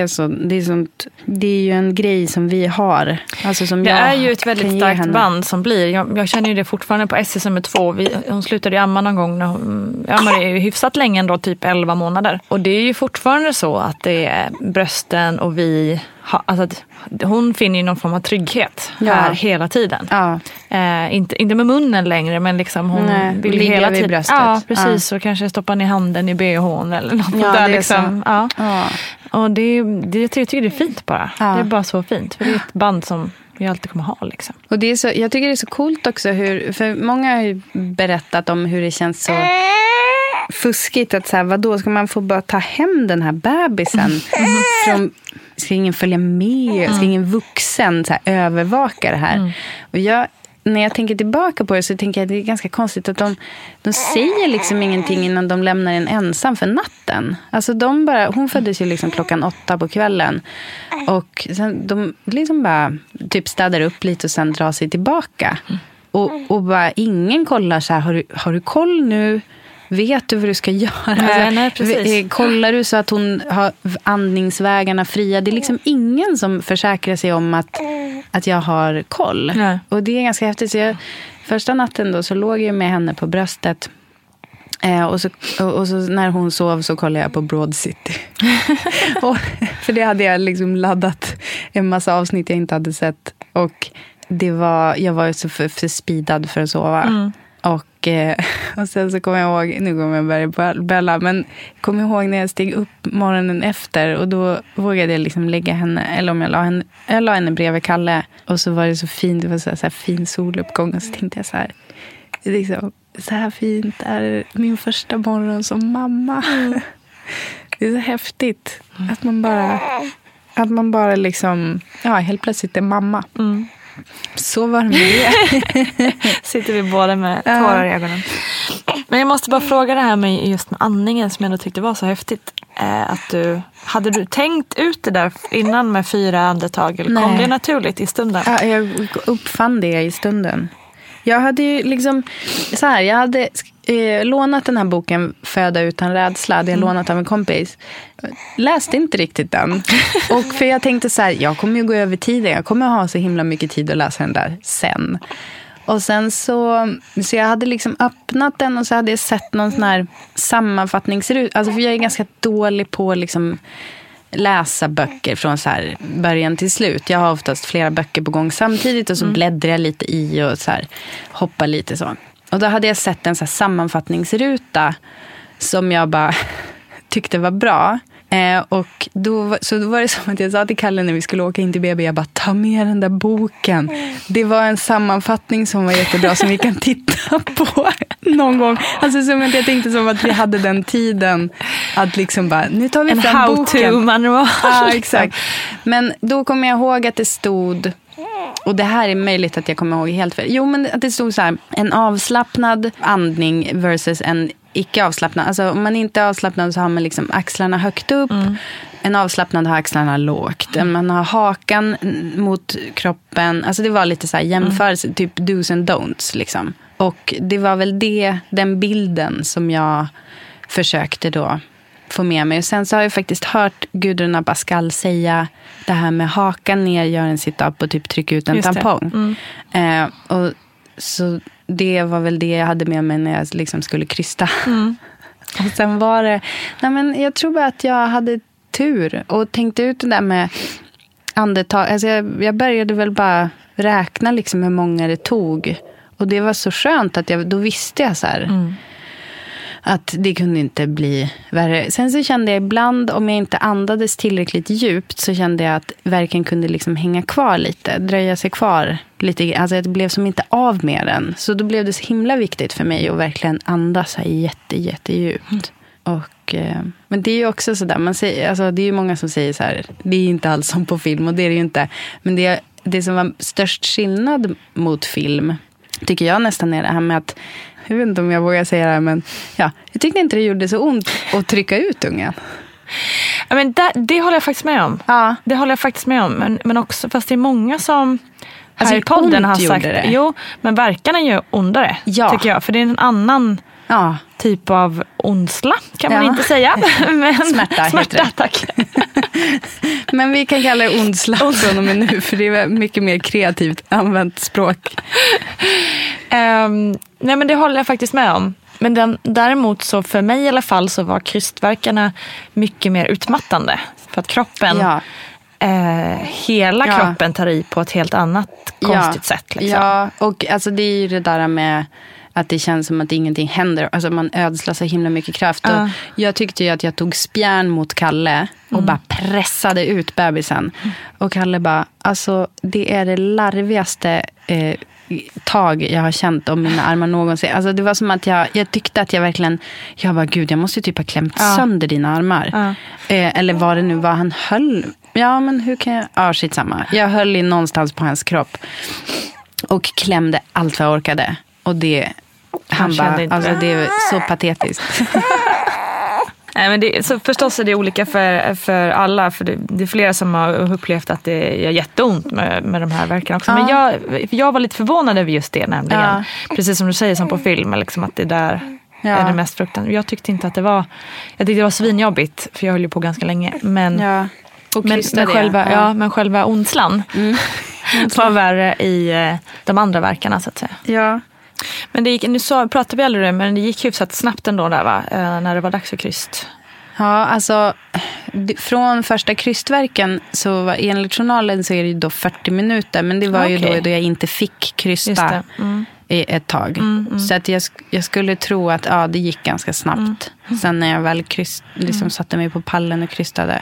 är ju en grej som vi har. Alltså som det är ju ett väldigt starkt band som blir. Jag känner ju det fortfarande på SS2. Hon slutade amma någon gång när hon ammade ju hyfsat länge ändå, typ 11 månader. Och det är ju fortfarande så att det är brösten och vi alltså att hon finner ju någon form av trygghet här hela tiden. Ja. Inte med munnen längre, men liksom hon vill hela tiden. Bröstet. Ja, precis. Och kanske stoppa ner handen i BH:n eller något där liksom. Ja. Och jag tycker det är fint bara. Ja. Det är bara så fint. För det är ett band som vi alltid kommer ha liksom. Och det är så, jag tycker det är så coolt också för många har ju berättat om hur det känns så fuskigt att så här, vadå, ska man få bara ta hem den här bebisen från, ska ingen följa med, ska ingen vuxen så här, övervaka det här. Och när jag tänker tillbaka på det så tänker jag att det är ganska konstigt att de säger liksom ingenting innan de lämnar en ensam för natten. Alltså hon föddes ju liksom 8:00 på kvällen och sen de liksom bara typ städar upp lite och sen drar sig tillbaka. Och bara ingen kollar så här, har du koll nu? Vet du vad du ska göra? Nej, precis. Kollar du så att hon har andningsvägarna fria? Det är liksom ingen som försäkrar sig om att jag har koll. Nej. Och det är ganska häftigt. Så första natten då så låg jag med henne på bröstet. Och så när hon sov så kollade jag på Broad City. För det hade jag liksom laddat en massa avsnitt jag inte hade sett. Och jag var ju så för speedad för att sova. Och sen så kommer jag ihåg, nu kommer jag börja bälla, men kommer jag ihåg när jag steg upp morgonen efter och då vågade jag liksom lägga henne, eller om jag la henne bredvid Kalle och så var det så fint, det var så här fin soluppgång och så tänkte jag så här, liksom, så här fint är min första morgon som mamma. Det är så häftigt att man bara liksom, helt plötsligt är mamma. Så var det med det. Sitter vi båda med tårar i ögonen. Men jag måste bara fråga det här med just med andningen som jag ändå tyckte var så häftigt. Hade du tänkt ut det där innan med 4 andetag? Eller kom det naturligt i stunden? Ja, jag uppfann det i stunden. Jag hade ju liksom så här, jag hade lånat den här boken Föda utan rädsla. Det jag lånat av en kompis. Läste inte riktigt den. Och för jag tänkte så här, jag kommer ju gå över tiden. Jag kommer ha så himla mycket tid att läsa den där sen. Och sen så jag hade liksom öppnat den och så hade jag sett någon sån här sammanfattningsrut. Alltså för jag är ganska dålig på liksom läsa böcker från så här början till slut. Jag har oftast flera böcker på gång samtidigt och så bläddrar jag lite i och så här hoppar lite så. Och då hade jag sett en så här sammanfattningsruta som jag bara tyckte var bra. Och då var det som att jag sa till Kalle när vi skulle åka in till BB, jag bara, ta med den där boken. Det var en sammanfattning som var jättebra som vi kan titta på någon gång. Alltså som att jag tänkte som att vi hade den tiden att liksom bara, nu tar vi fram boken. En how-to-manual. Ja, exakt. Men då kommer jag ihåg att det stod, och det här är möjligt att jag kommer ihåg helt fel. Jo, men att det stod så här, en avslappnad andning versus en icke avslappnad. Alltså om man inte är avslappnad så har man liksom axlarna högt upp. En avslappnad har axlarna lågt. Man har hakan mot kroppen. Alltså det var lite så här jämförelse, typ do's and don'ts liksom. Och det var väl den bilden som jag försökte då få med mig. Och sen så har jag faktiskt hört Gudrun Abascal säga det här med hakan ner, gör en sit-up och typ trycka ut en tampong. Och så det var väl det jag hade med mig när jag liksom skulle krysta. Och sen var det, men jag tror bara att jag hade tur och tänkte ut det där med andetag. Alltså jag började väl bara räkna liksom hur många det tog. Och det var så skönt att då visste jag så här att det kunde inte bli värre. Sen så kände jag ibland, om jag inte andades tillräckligt djupt, så kände jag att verken kunde liksom hänga kvar lite, dröja sig kvar lite. Alltså det blev som inte av med den. Så då blev det så himla viktigt för mig att verkligen andas här jättedjupt. Och, men det är ju också sådär, man säger, alltså det är ju många som säger så här, det är inte alls som på film, och det är det ju inte. Men det som var störst skillnad mot film, tycker jag nästan är det här med att, jag vet inte om jag vågar säga det här, men jag tyckte inte det gjorde så ont att trycka ut ungen. Ja, men det håller jag faktiskt med om. Ja. Det håller jag faktiskt med om. Men också, fast det är många som alltså, här i podden har sagt det. Jo, men verkarna är ju ondare, tycker jag. För det är en annan typ av ondsla, kan man inte säga. Men smärta tack. Men vi kan kalla det ondsla från och med nu, för det är mycket mer kreativt använt språk. Nej, men det håller jag faktiskt med om. Men däremot så för mig i alla fall så var krystverkarna mycket mer utmattande. För att kroppen, hela kroppen tar i på ett helt annat konstigt sätt. Liksom. Ja, och alltså det är ju det där med att det känns som att ingenting händer. Alltså man ödslar så himla mycket kraft. Och jag tyckte ju att jag tog spjärn mot Kalle och bara pressade ut bebisen. Och Kalle bara, alltså det är det larvigaste tag jag har känt om mina armar någonsin. Alltså det var som att jag tyckte att jag verkligen, jag bara gud, jag måste ju typ ha klämt sönder dina armar. Eller vad det nu var han höll. Ja, men hur kan jag, skitsamma. Jag höll i någonstans på hans kropp och klämde allt vad jag orkade. Och det, han bara, alltså det är så patetiskt. Nej, men så förstås är det olika för alla. För det är flera som har upplevt att det gör jätteont med de här verkarna också. Men jag var lite förvånad över just det nämligen. Precis som du säger, som på film. Liksom, att det där är det mest fruktansvärt. Jag tyckte inte att det var... Jag tyckte det var svinjobbigt. För jag höll ju på ganska länge. Men, men själva ondslan var värre i de andra verkarna, så att säga. Ja. Men det gick, nu pratade vi aldrig om det, men det gick hyfsat snabbt ändå där, va? När det var dags för kryst. Ja, alltså från första krystverken så var enligt journalen så är det ju då 40 minuter. Men det var ju då jag inte fick krysta i ett tag. Så att jag skulle tro att det gick ganska snabbt. Sen när jag väl liksom satte mig på pallen och krystade.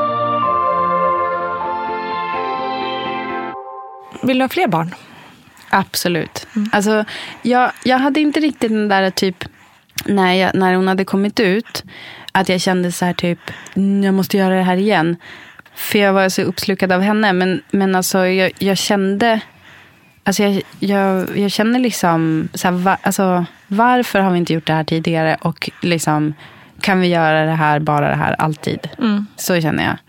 Vill du ha fler barn? Absolut. Alltså, jag hade inte riktigt den där typ när hon hade kommit ut att jag kände så här typ jag måste göra det här igen. För jag var så uppslukad av henne. Men alltså jag kände alltså jag känner liksom så här, alltså, varför har vi inte gjort det här tidigare och liksom kan vi göra det här, bara det här alltid. Så känner jag.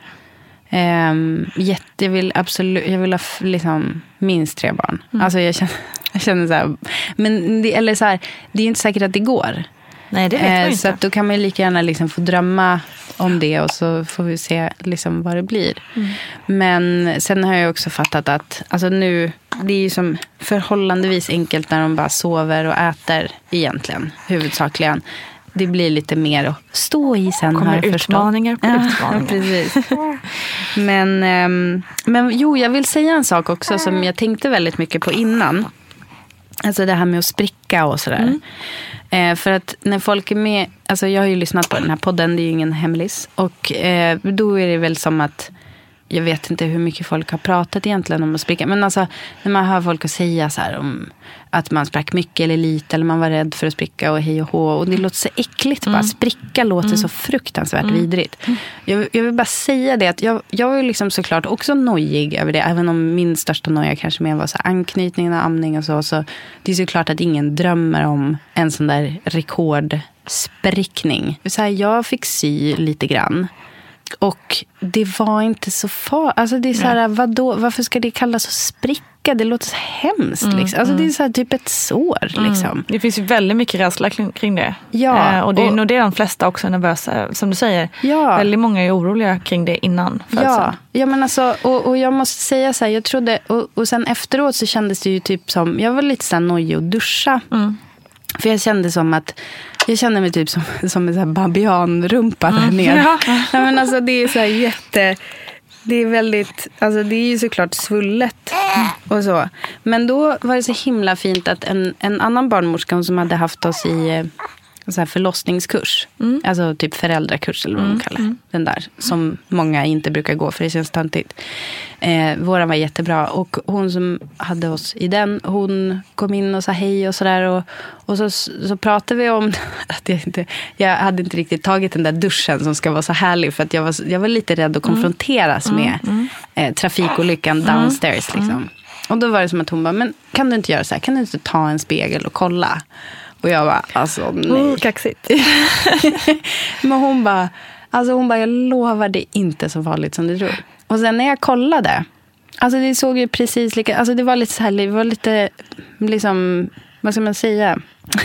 Jag vill ha liksom minst 3 barn. Alltså jag känner så här, men det är inte säkert att det går. Nej, det vet man inte. Så att då kan man lika gärna liksom få drömma om det och så får vi se liksom vad det blir. Men sen har jag också fattat att alltså nu, det är ju som förhållandevis enkelt när de bara sover och äter egentligen, huvudsakligen. Det blir lite mer att stå i sen. Kommer utmaningar på utmaningar. Precis. Men jo, jag vill säga en sak också som jag tänkte väldigt mycket på innan. Alltså det här med att spricka och sådär. För att när folk är med, alltså jag har ju lyssnat på den här podden, det är ju ingen hemlis. Och då är det väl som att jag vet inte hur mycket folk har pratat egentligen om att spricka. Men alltså när man hör folk säga så här om att man sprack mycket eller lite. Eller man var rädd för att spricka och hej och hå. Och det låter så äckligt bara. Spricka låter så fruktansvärt vidrigt. Jag vill bara säga det att jag är liksom såklart också nojig över det. Även om min största noja kanske mer var så anknytningen och amning och så. Så det är såklart att ingen drömmer om en sån där rekordsprickning. Så här, jag fick sy lite grann. Och det var inte så farligt. Alltså det är så här, varför ska det kallas så spricka? Det låter så hemskt liksom. Alltså det är så här typ ett sår liksom. Det finns ju väldigt mycket rädsla kring det. Ja. Och det är nog det de flesta också är nervösa, som du säger. Ja. Väldigt många är oroliga kring det innan. Ja, men alltså, och jag måste säga så här, jag trodde, och sen efteråt så kändes det ju typ som, jag var lite så här nojig att duscha. För jag kände mig typ som en sån här babianrumpa där nere. Ja. Ja, men alltså det är så här det är väldigt, alltså det är ju såklart svullet och så. Men då var det så himla fint att en annan barnmorska som hade haft oss i så här förlossningskurs. Alltså typ föräldrakurs eller vad man kallar den där. Som många inte brukar gå för det känns töntigt. Våran var jättebra. Och hon som hade oss i den, hon kom in och sa hej och sådär. Och så pratade vi om att jag hade inte riktigt tagit den där duschen som ska vara så härlig. För att jag var lite rädd att konfronteras med trafikolyckan downstairs liksom. Och då var det som att hon bara, men kan du inte göra så här? Kan du inte ta en spegel och kolla? Och jag bara, alltså nej. Kaxigt. Men hon bara, Alltså hon bara, jag lovar, det är inte så farligt som du tror. Och sen när jag kollade, alltså det såg ju precis lika, alltså det var lite så här, det var lite liksom, vad ska man säga?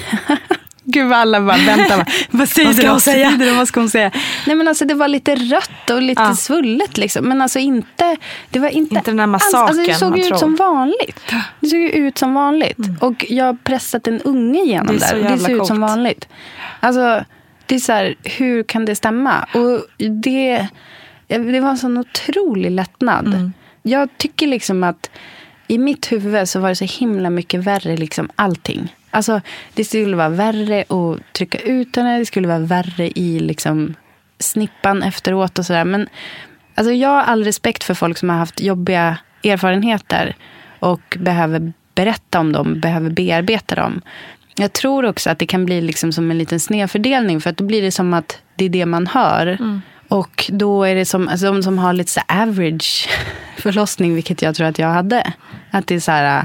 Gud vad alla bara väntar. Vad ska hon säga? Vad ska hon säga? Nej men alltså det var lite rött och lite svullet liksom. Men alltså inte, det var inte den här massaken. Alltså det såg ut som vanligt. Det såg ut som vanligt. Och jag har pressat en unge igenom där. Det ser ut som vanligt. Alltså det är så här, hur kan det stämma? Och det var en sån otrolig lättnad. Jag tycker liksom att i mitt huvud så var det så himla mycket värre liksom allting. Alltså det skulle vara värre att trycka ut henne. Det skulle vara värre i liksom snippan efteråt och sådär. Men alltså jag har all respekt för folk som har haft jobbiga erfarenheter och behöver berätta om dem, behöver bearbeta dem. Jag tror också att det kan bli liksom som en liten snedfördelning, för att då blir det som att det är det man hör. Och då är det som, alltså de som har lite så average förlossning, vilket jag tror att jag hade. Att det är så här,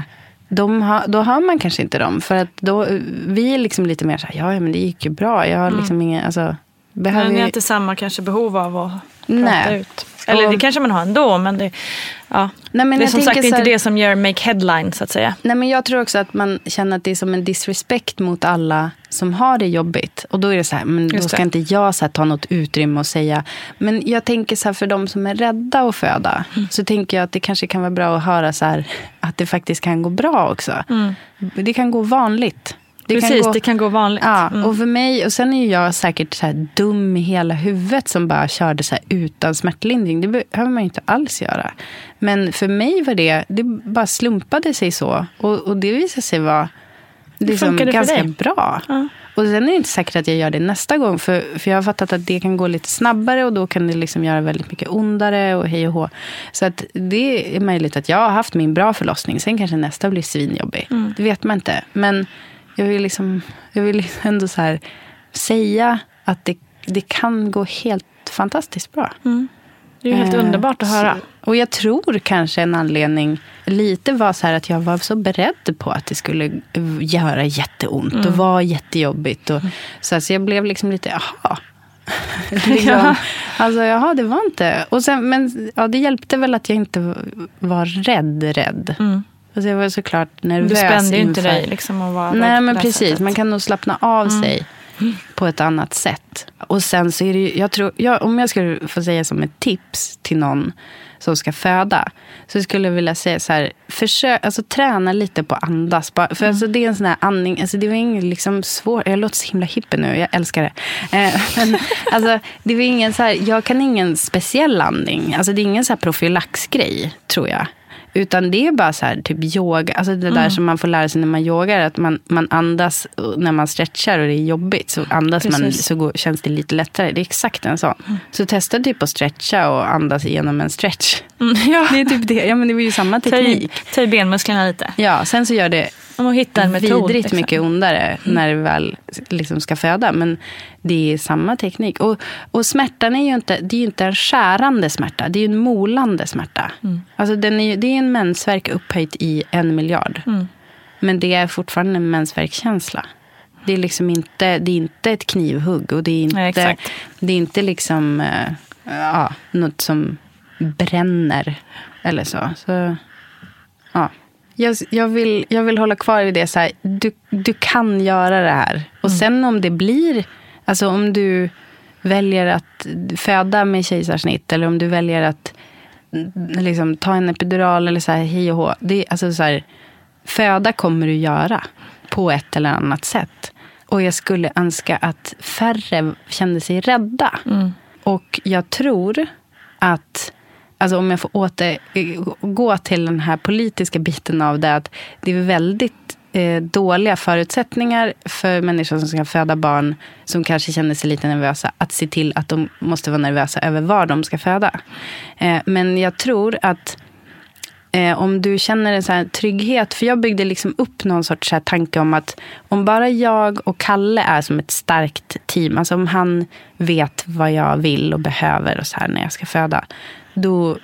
då hör man kanske inte dem. För att då, vi är liksom lite mer så här, ja men det gick ju bra. Jag har liksom ingen, alltså behöver ni har inte samma kanske behov av att prata ut. Eller det kanske man har ändå, men det, nej, men det är som sagt inte det som gör make headline så att säga. Nej, men jag tror också att man känner att det är som en disrespect mot alla som har det jobbigt. Och då är det så här, men då ska inte jag så här, ta något utrymme och säga. Men jag tänker så här, för de som är rädda att föda, så tänker jag att det kanske kan vara bra att höra så här, att det faktiskt kan gå bra också. Det kan gå vanligt. Det kan gå vanligt. Ja, och för mig, och sen är jag säkert så här dum i hela huvudet som bara körde så här utan smärtlindring. Det behöver man ju inte alls göra. Men för mig var det bara slumpade sig så. Och det visade sig vara liksom ganska bra. Ja. Och sen är det inte säkert att jag gör det nästa gång. För jag har fattat att det kan gå lite snabbare och då kan det liksom göra väldigt mycket ondare och hej och hå. Så att det är möjligt att jag har haft min bra förlossning. Sen kanske nästa blir svinjobbig. Det vet man inte. Men jag vill ändå så här säga att det kan gå helt fantastiskt bra. Det är ju helt underbart att höra. Och jag tror kanske en anledning lite var så här att jag var så beredd på att det skulle göra jätteont och vara jättejobbigt. Och, så jag blev liksom lite, jaha. Liksom, alltså, jaha, det var inte. Och sen, men det hjälpte väl att jag inte var rädd. Alltså jag var såklart nervös. Du spände ju inte dig liksom att vara rädd. Nej, men precis. Sättet. Man kan nog slappna av sig på ett annat sätt. Och sen så är det ju, jag tror, om jag skulle få säga som ett tips till någon som ska föda, så skulle jag vilja säga så här, försök, alltså träna lite på andas. För alltså det är en sån här andning, alltså det var ingen liksom svår, jag låter så himla hippie nu, jag älskar det. Men alltså det var ingen så här, jag kan ingen speciell andning. Alltså det är ingen så här profylaxgrej, tror jag. Utan det är bara så här typ yoga. Alltså det där som man får lära sig när man yogar. Att man andas när man stretchar och det är jobbigt. Så andas man så känns det lite lättare. Det är exakt en sån. Så testa typ att stretcha och andas igenom en stretch. Det är typ det. Ja, men det var ju samma teknik. Ta i benmusklerna lite. Ja, sen så gör det vidrigt mycket ondare när du väl liksom ska föda. Men det är samma teknik. Och smärtan är ju inte en skärande smärta. Det är ju en molande smärta. Alltså det är en mensvärk upphöjt i 1 miljard. Men det är fortfarande en mensvärkkänsla. Det är liksom inte, det är inte ett knivhugg. Och det är inte liksom något som bränner eller så. Så ja. Jag vill hålla kvar vid det så här, du kan göra det här. Och sen om det blir, alltså om du väljer att föda med kejsarsnitt eller om du väljer att liksom ta en epidural eller så här hej och hå. Det, alltså så här, föda kommer du göra på ett eller annat sätt. Och jag skulle önska att färre kände sig rädda. Och jag tror att, alltså om jag får återgå till den här politiska biten av det, att det är väldigt dåliga förutsättningar för människor som ska föda barn som kanske känner sig lite nervösa att se till att de måste vara nervösa över var de ska föda. Men jag tror att om du känner en så här trygghet, för jag byggde liksom upp någon sorts så här tanke om att om bara jag och Kalle är som ett starkt team, alltså om han vet vad jag vill och behöver och så här när jag ska föda, då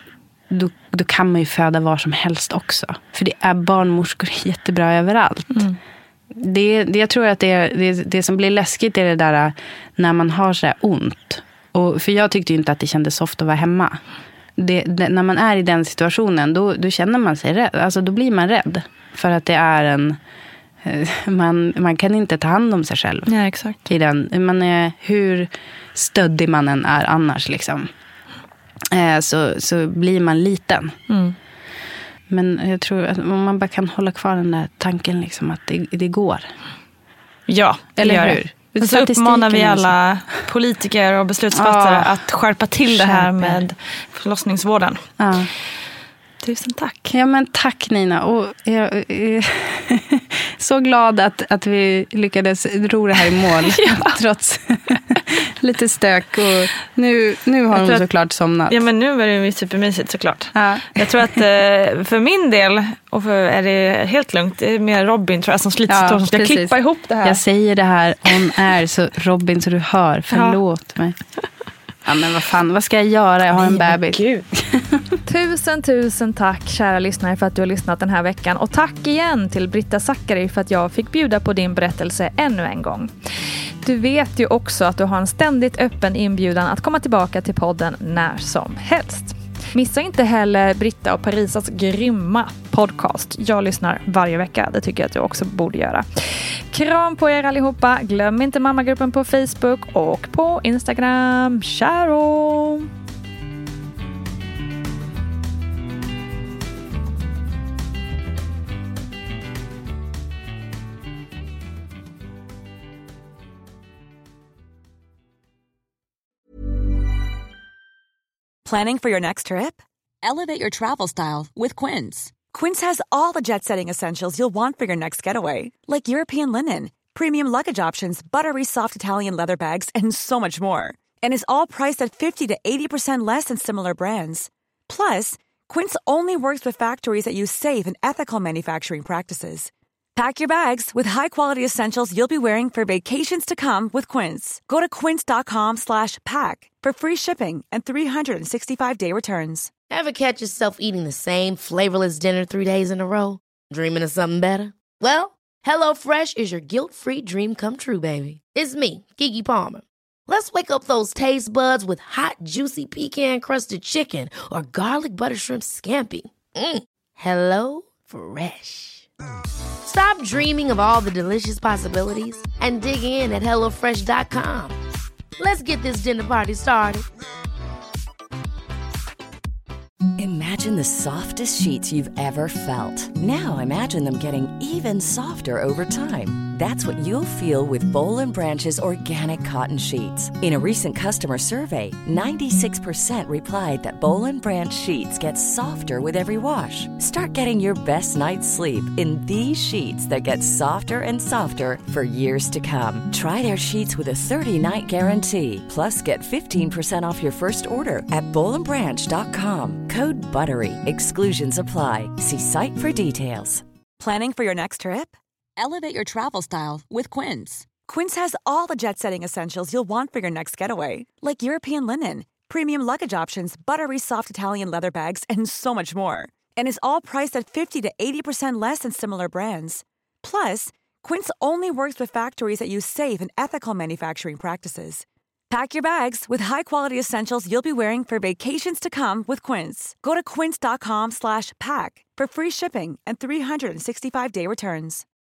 kan man ju föda var som helst också. För det är barnmorskor jättebra överallt. Jag tror att det som blir läskigt är det där när man har så här ont Och för jag tyckte ju inte att det kändes soft att vara hemma. När man är i den situationen, då känner man sig rädd. Alltså då blir man rädd. För att det är man kan inte ta hand om sig själv. Ja, exakt. Man är hur stöddig man än är annars liksom. Så blir man liten. Mm. Men jag tror att om man bara kan hålla kvar den där tanken liksom att det går. Ja, eller hur? Så uppmanar vi alla politiker och beslutsfattare att skärpa till det här med förlossningsvården. Ja. Tusen tack. Ja, men tack Nina. Och jag är så glad att vi lyckades ro det här i mål. Trots lite stök. Och nu har hon såklart somnat. Ja, men nu är det supermysigt såklart. Ja. Jag tror att för min del, och är det helt lugnt, det är mer Robin tror jag som som ska klippa ihop det här. Jag säger det här on air, så Robin, så du hör. Förlåt mig. Ja, men vad fan, vad ska jag göra? Jag har en bebis. Tusen tack kära lyssnare för att du har lyssnat den här veckan. Och tack igen till Britta Zackari för att jag fick bjuda på din berättelse ännu en gång. Du vet ju också att du har en ständigt öppen inbjudan att komma tillbaka till podden när som helst. Missa inte heller Britta och Parisas grymma podcast. Jag lyssnar varje vecka, det tycker jag att du också borde göra. Kram på er allihopa. Glöm inte mammagruppen på Facebook och på Instagram. Ciao! Planning for your next trip? Elevate your travel style with Quince. Quince has all the jet-setting essentials you'll want for your next getaway, like European linen, premium luggage options, buttery soft Italian leather bags, and so much more. And is all priced at 50 to 80% less than similar brands. Plus, Quince only works with factories that use safe and ethical manufacturing practices. Pack your bags with high-quality essentials you'll be wearing for vacations to come with Quince. Go to quince.com/pack for free shipping and 365-day returns. Ever catch yourself eating the same flavorless dinner 3 days in a row? Dreaming of something better? Well, HelloFresh is your guilt-free dream come true, baby. It's me, Keke Palmer. Let's wake up those taste buds with hot, juicy pecan-crusted chicken or garlic butter shrimp scampi. HelloFresh. Stop dreaming of all the delicious possibilities and dig in at HelloFresh.com. Let's get this dinner party started. Imagine the softest sheets you've ever felt. Now imagine them getting even softer over time. That's what you'll feel with Boll & Branch's organic cotton sheets. In a recent customer survey, 96% replied that Boll & Branch sheets get softer with every wash. Start getting your best night's sleep in these sheets that get softer and softer for years to come. Try their sheets with a 30-night guarantee. Plus, get 15% off your first order at bollandbranch.com. Code BUTTERY. Exclusions apply. See site for details. Planning for your next trip? Elevate your travel style with Quince. Quince has all the jet-setting essentials you'll want for your next getaway, like European linen, premium luggage options, buttery soft Italian leather bags, and so much more. And is all priced at 50 to 80% less than similar brands. Plus, Quince only works with factories that use safe and ethical manufacturing practices. Pack your bags with high-quality essentials you'll be wearing for vacations to come with Quince. Go to quince.com/pack for free shipping and 365-day returns.